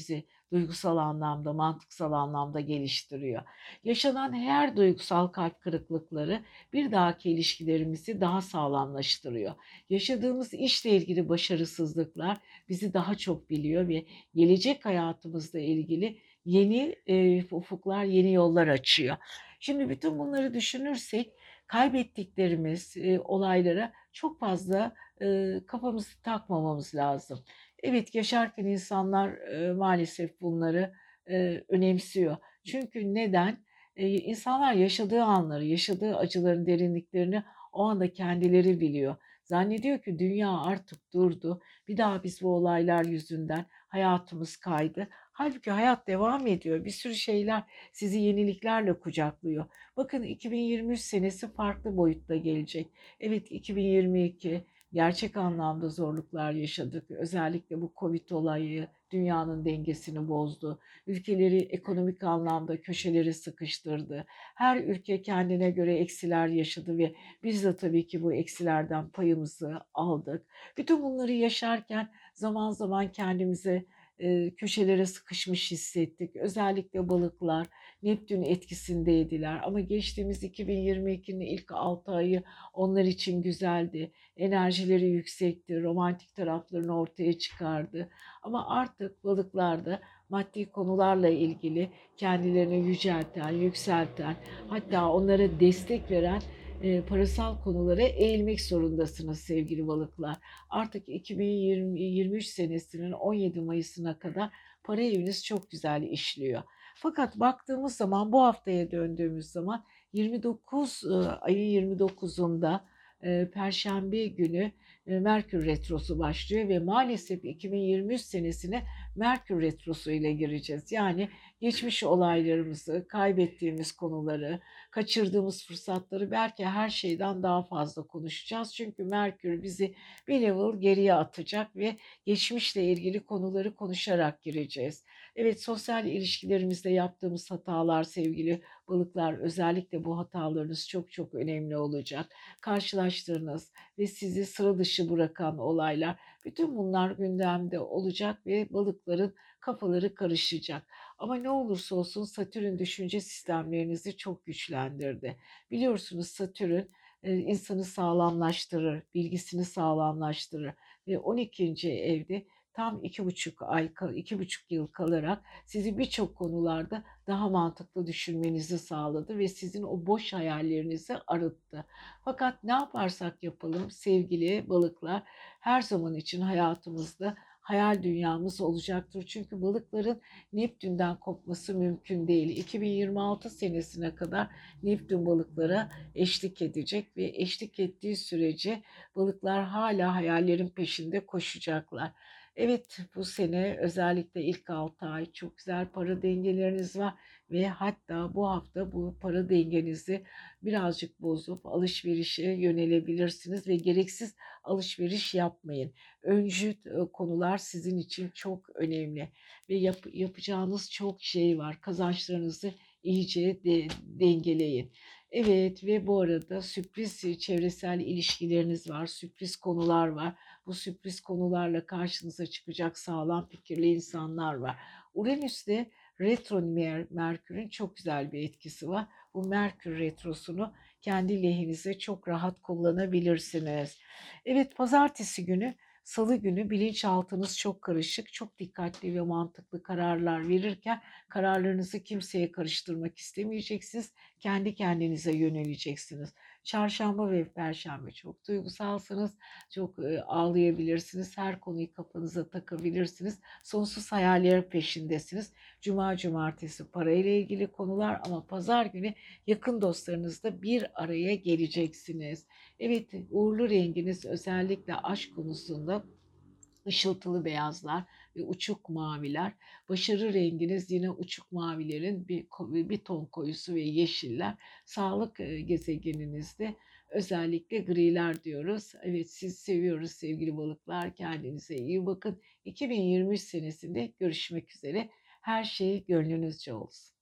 duygusal anlamda, mantıksal anlamda geliştiriyor. Yaşanan her duygusal kalp kırıklıkları bir dahaki ilişkilerimizi daha sağlamlaştırıyor. Yaşadığımız işle ilgili başarısızlıklar bizi daha çok biliyor ve gelecek hayatımızla ilgili yeni e, ufuklar, yeni yollar açıyor. Şimdi bütün bunları düşünürsek kaybettiklerimiz e, olaylara çok fazla e, kafamızı takmamamız lazım. Evet, yaşarken insanlar e, maalesef bunları e, önemsiyor. Çünkü neden? E, insanlar yaşadığı anları, yaşadığı acıların derinliklerini o anda kendileri biliyor. Zannediyor ki dünya artık durdu. Bir daha biz bu olaylar yüzünden hayatımız kaydı. Halbuki hayat devam ediyor. Bir sürü şeyler sizi yeniliklerle kucaklıyor. Bakın iki bin yirmi üç senesi farklı boyutta gelecek. Evet, iki bin yirmi iki gerçek anlamda zorluklar yaşadık. Özellikle bu Covid olayı dünyanın dengesini bozdu. Ülkeleri ekonomik anlamda köşeleri sıkıştırdı. Her ülke kendine göre eksiler yaşadı ve biz de tabii ki bu eksilerden payımızı aldık. Bütün bunları yaşarken zaman zaman kendimize e, köşelere sıkışmış hissettik. Özellikle balıklar Neptün etkisindeydiler. Ama geçtiğimiz iki bin yirmi ikinin ilk altı ayı onlar için güzeldi. Enerjileri yüksekti, romantik taraflarını ortaya çıkardı. Ama artık balıklarda maddi konularla ilgili kendilerini yücelten, yükselten, hatta onlara destek veren e, parasal konulara eğilmek zorundasınız sevgili balıklar. Artık iki bin yirmi, yirmi üç senesinin on yedi Mayıs'ına kadar para eviniz çok güzel işliyor. Fakat baktığımız zaman bu haftaya döndüğümüz zaman yirmi dokuz e, ayın yirmi dokuzunda e, Perşembe günü e, Merkür Retrosu başlıyor ve maalesef iki bin yirmi üç senesine Merkür Retrosu ile gireceğiz. Yani geçmiş olaylarımızı, kaybettiğimiz konuları, kaçırdığımız fırsatları belki her şeyden daha fazla konuşacağız. Çünkü Merkür bizi bir level geriye atacak ve geçmişle ilgili konuları konuşarak gireceğiz. Evet, sosyal ilişkilerimizde yaptığımız hatalar sevgili balıklar, özellikle bu hatalarınız çok çok önemli olacak. Karşılaştığınız ve sizi sıra dışı bırakan olaylar, bütün bunlar gündemde olacak ve balıkların kafaları karışacak. Ama ne olursa olsun Satürn düşünce sistemlerinizi çok güçlendirdi. Biliyorsunuz Satürn e, insanı sağlamlaştırır, bilgisini sağlamlaştırır ve on ikinci evde tam iki buçuk ay, iki buçuk yıl kalarak sizi birçok konularda daha mantıklı düşünmenizi sağladı ve sizin o boş hayallerinizi arıttı. Fakat ne yaparsak yapalım sevgili balıklar, her zaman için hayatımızda hayal dünyamız olacaktır. Çünkü balıkların Neptün'den kopması mümkün değil. iki bin yirmi altı senesine kadar Neptün balıklara eşlik edecek ve eşlik ettiği sürece balıklar hala hayallerin peşinde koşacaklar. Evet, bu sene özellikle ilk altı ay çok güzel para dengeleriniz var ve hatta bu hafta bu para dengenizi birazcık bozup alışverişe yönelebilirsiniz ve gereksiz alışveriş yapmayın. Öncü konular sizin için çok önemli ve yap, yapacağınız çok şey var. Kazançlarınızı iyice de, dengeleyin. Evet, ve bu arada sürpriz çevresel ilişkileriniz var, sürpriz konular var. Bu sürpriz konularla karşınıza çıkacak sağlam fikirli insanlar var. Uranüs'te retro Merkür'ün çok güzel bir etkisi var. Bu Merkür retrosunu kendi lehinize çok rahat kullanabilirsiniz. Evet, pazartesi günü, salı günü bilinçaltınız çok karışık, çok dikkatli ve mantıklı kararlar verirken kararlarınızı kimseye karıştırmak istemeyeceksiniz. Kendi kendinize yöneleceksiniz. Çarşamba ve perşembe çok duygusalsınız, çok e, ağlayabilirsiniz, her konuyu kafanıza takabilirsiniz. Sonsuz hayaller peşindesiniz. Cuma, cumartesi parayla ilgili konular ama pazar günü yakın dostlarınızla bir araya geleceksiniz. Evet, uğurlu renginiz özellikle aşk konusunda ışıltılı beyazlar ve uçuk maviler. Başarı renginiz yine uçuk mavilerin bir, bir ton koyusu ve yeşiller. Sağlık e, gezegeninizde özellikle griler diyoruz. Evet, siz seviyoruz sevgili balıklar. Kendinize iyi bakın. iki bin yirmi üç senesinde görüşmek üzere. Her şey gönlünüzce olsun.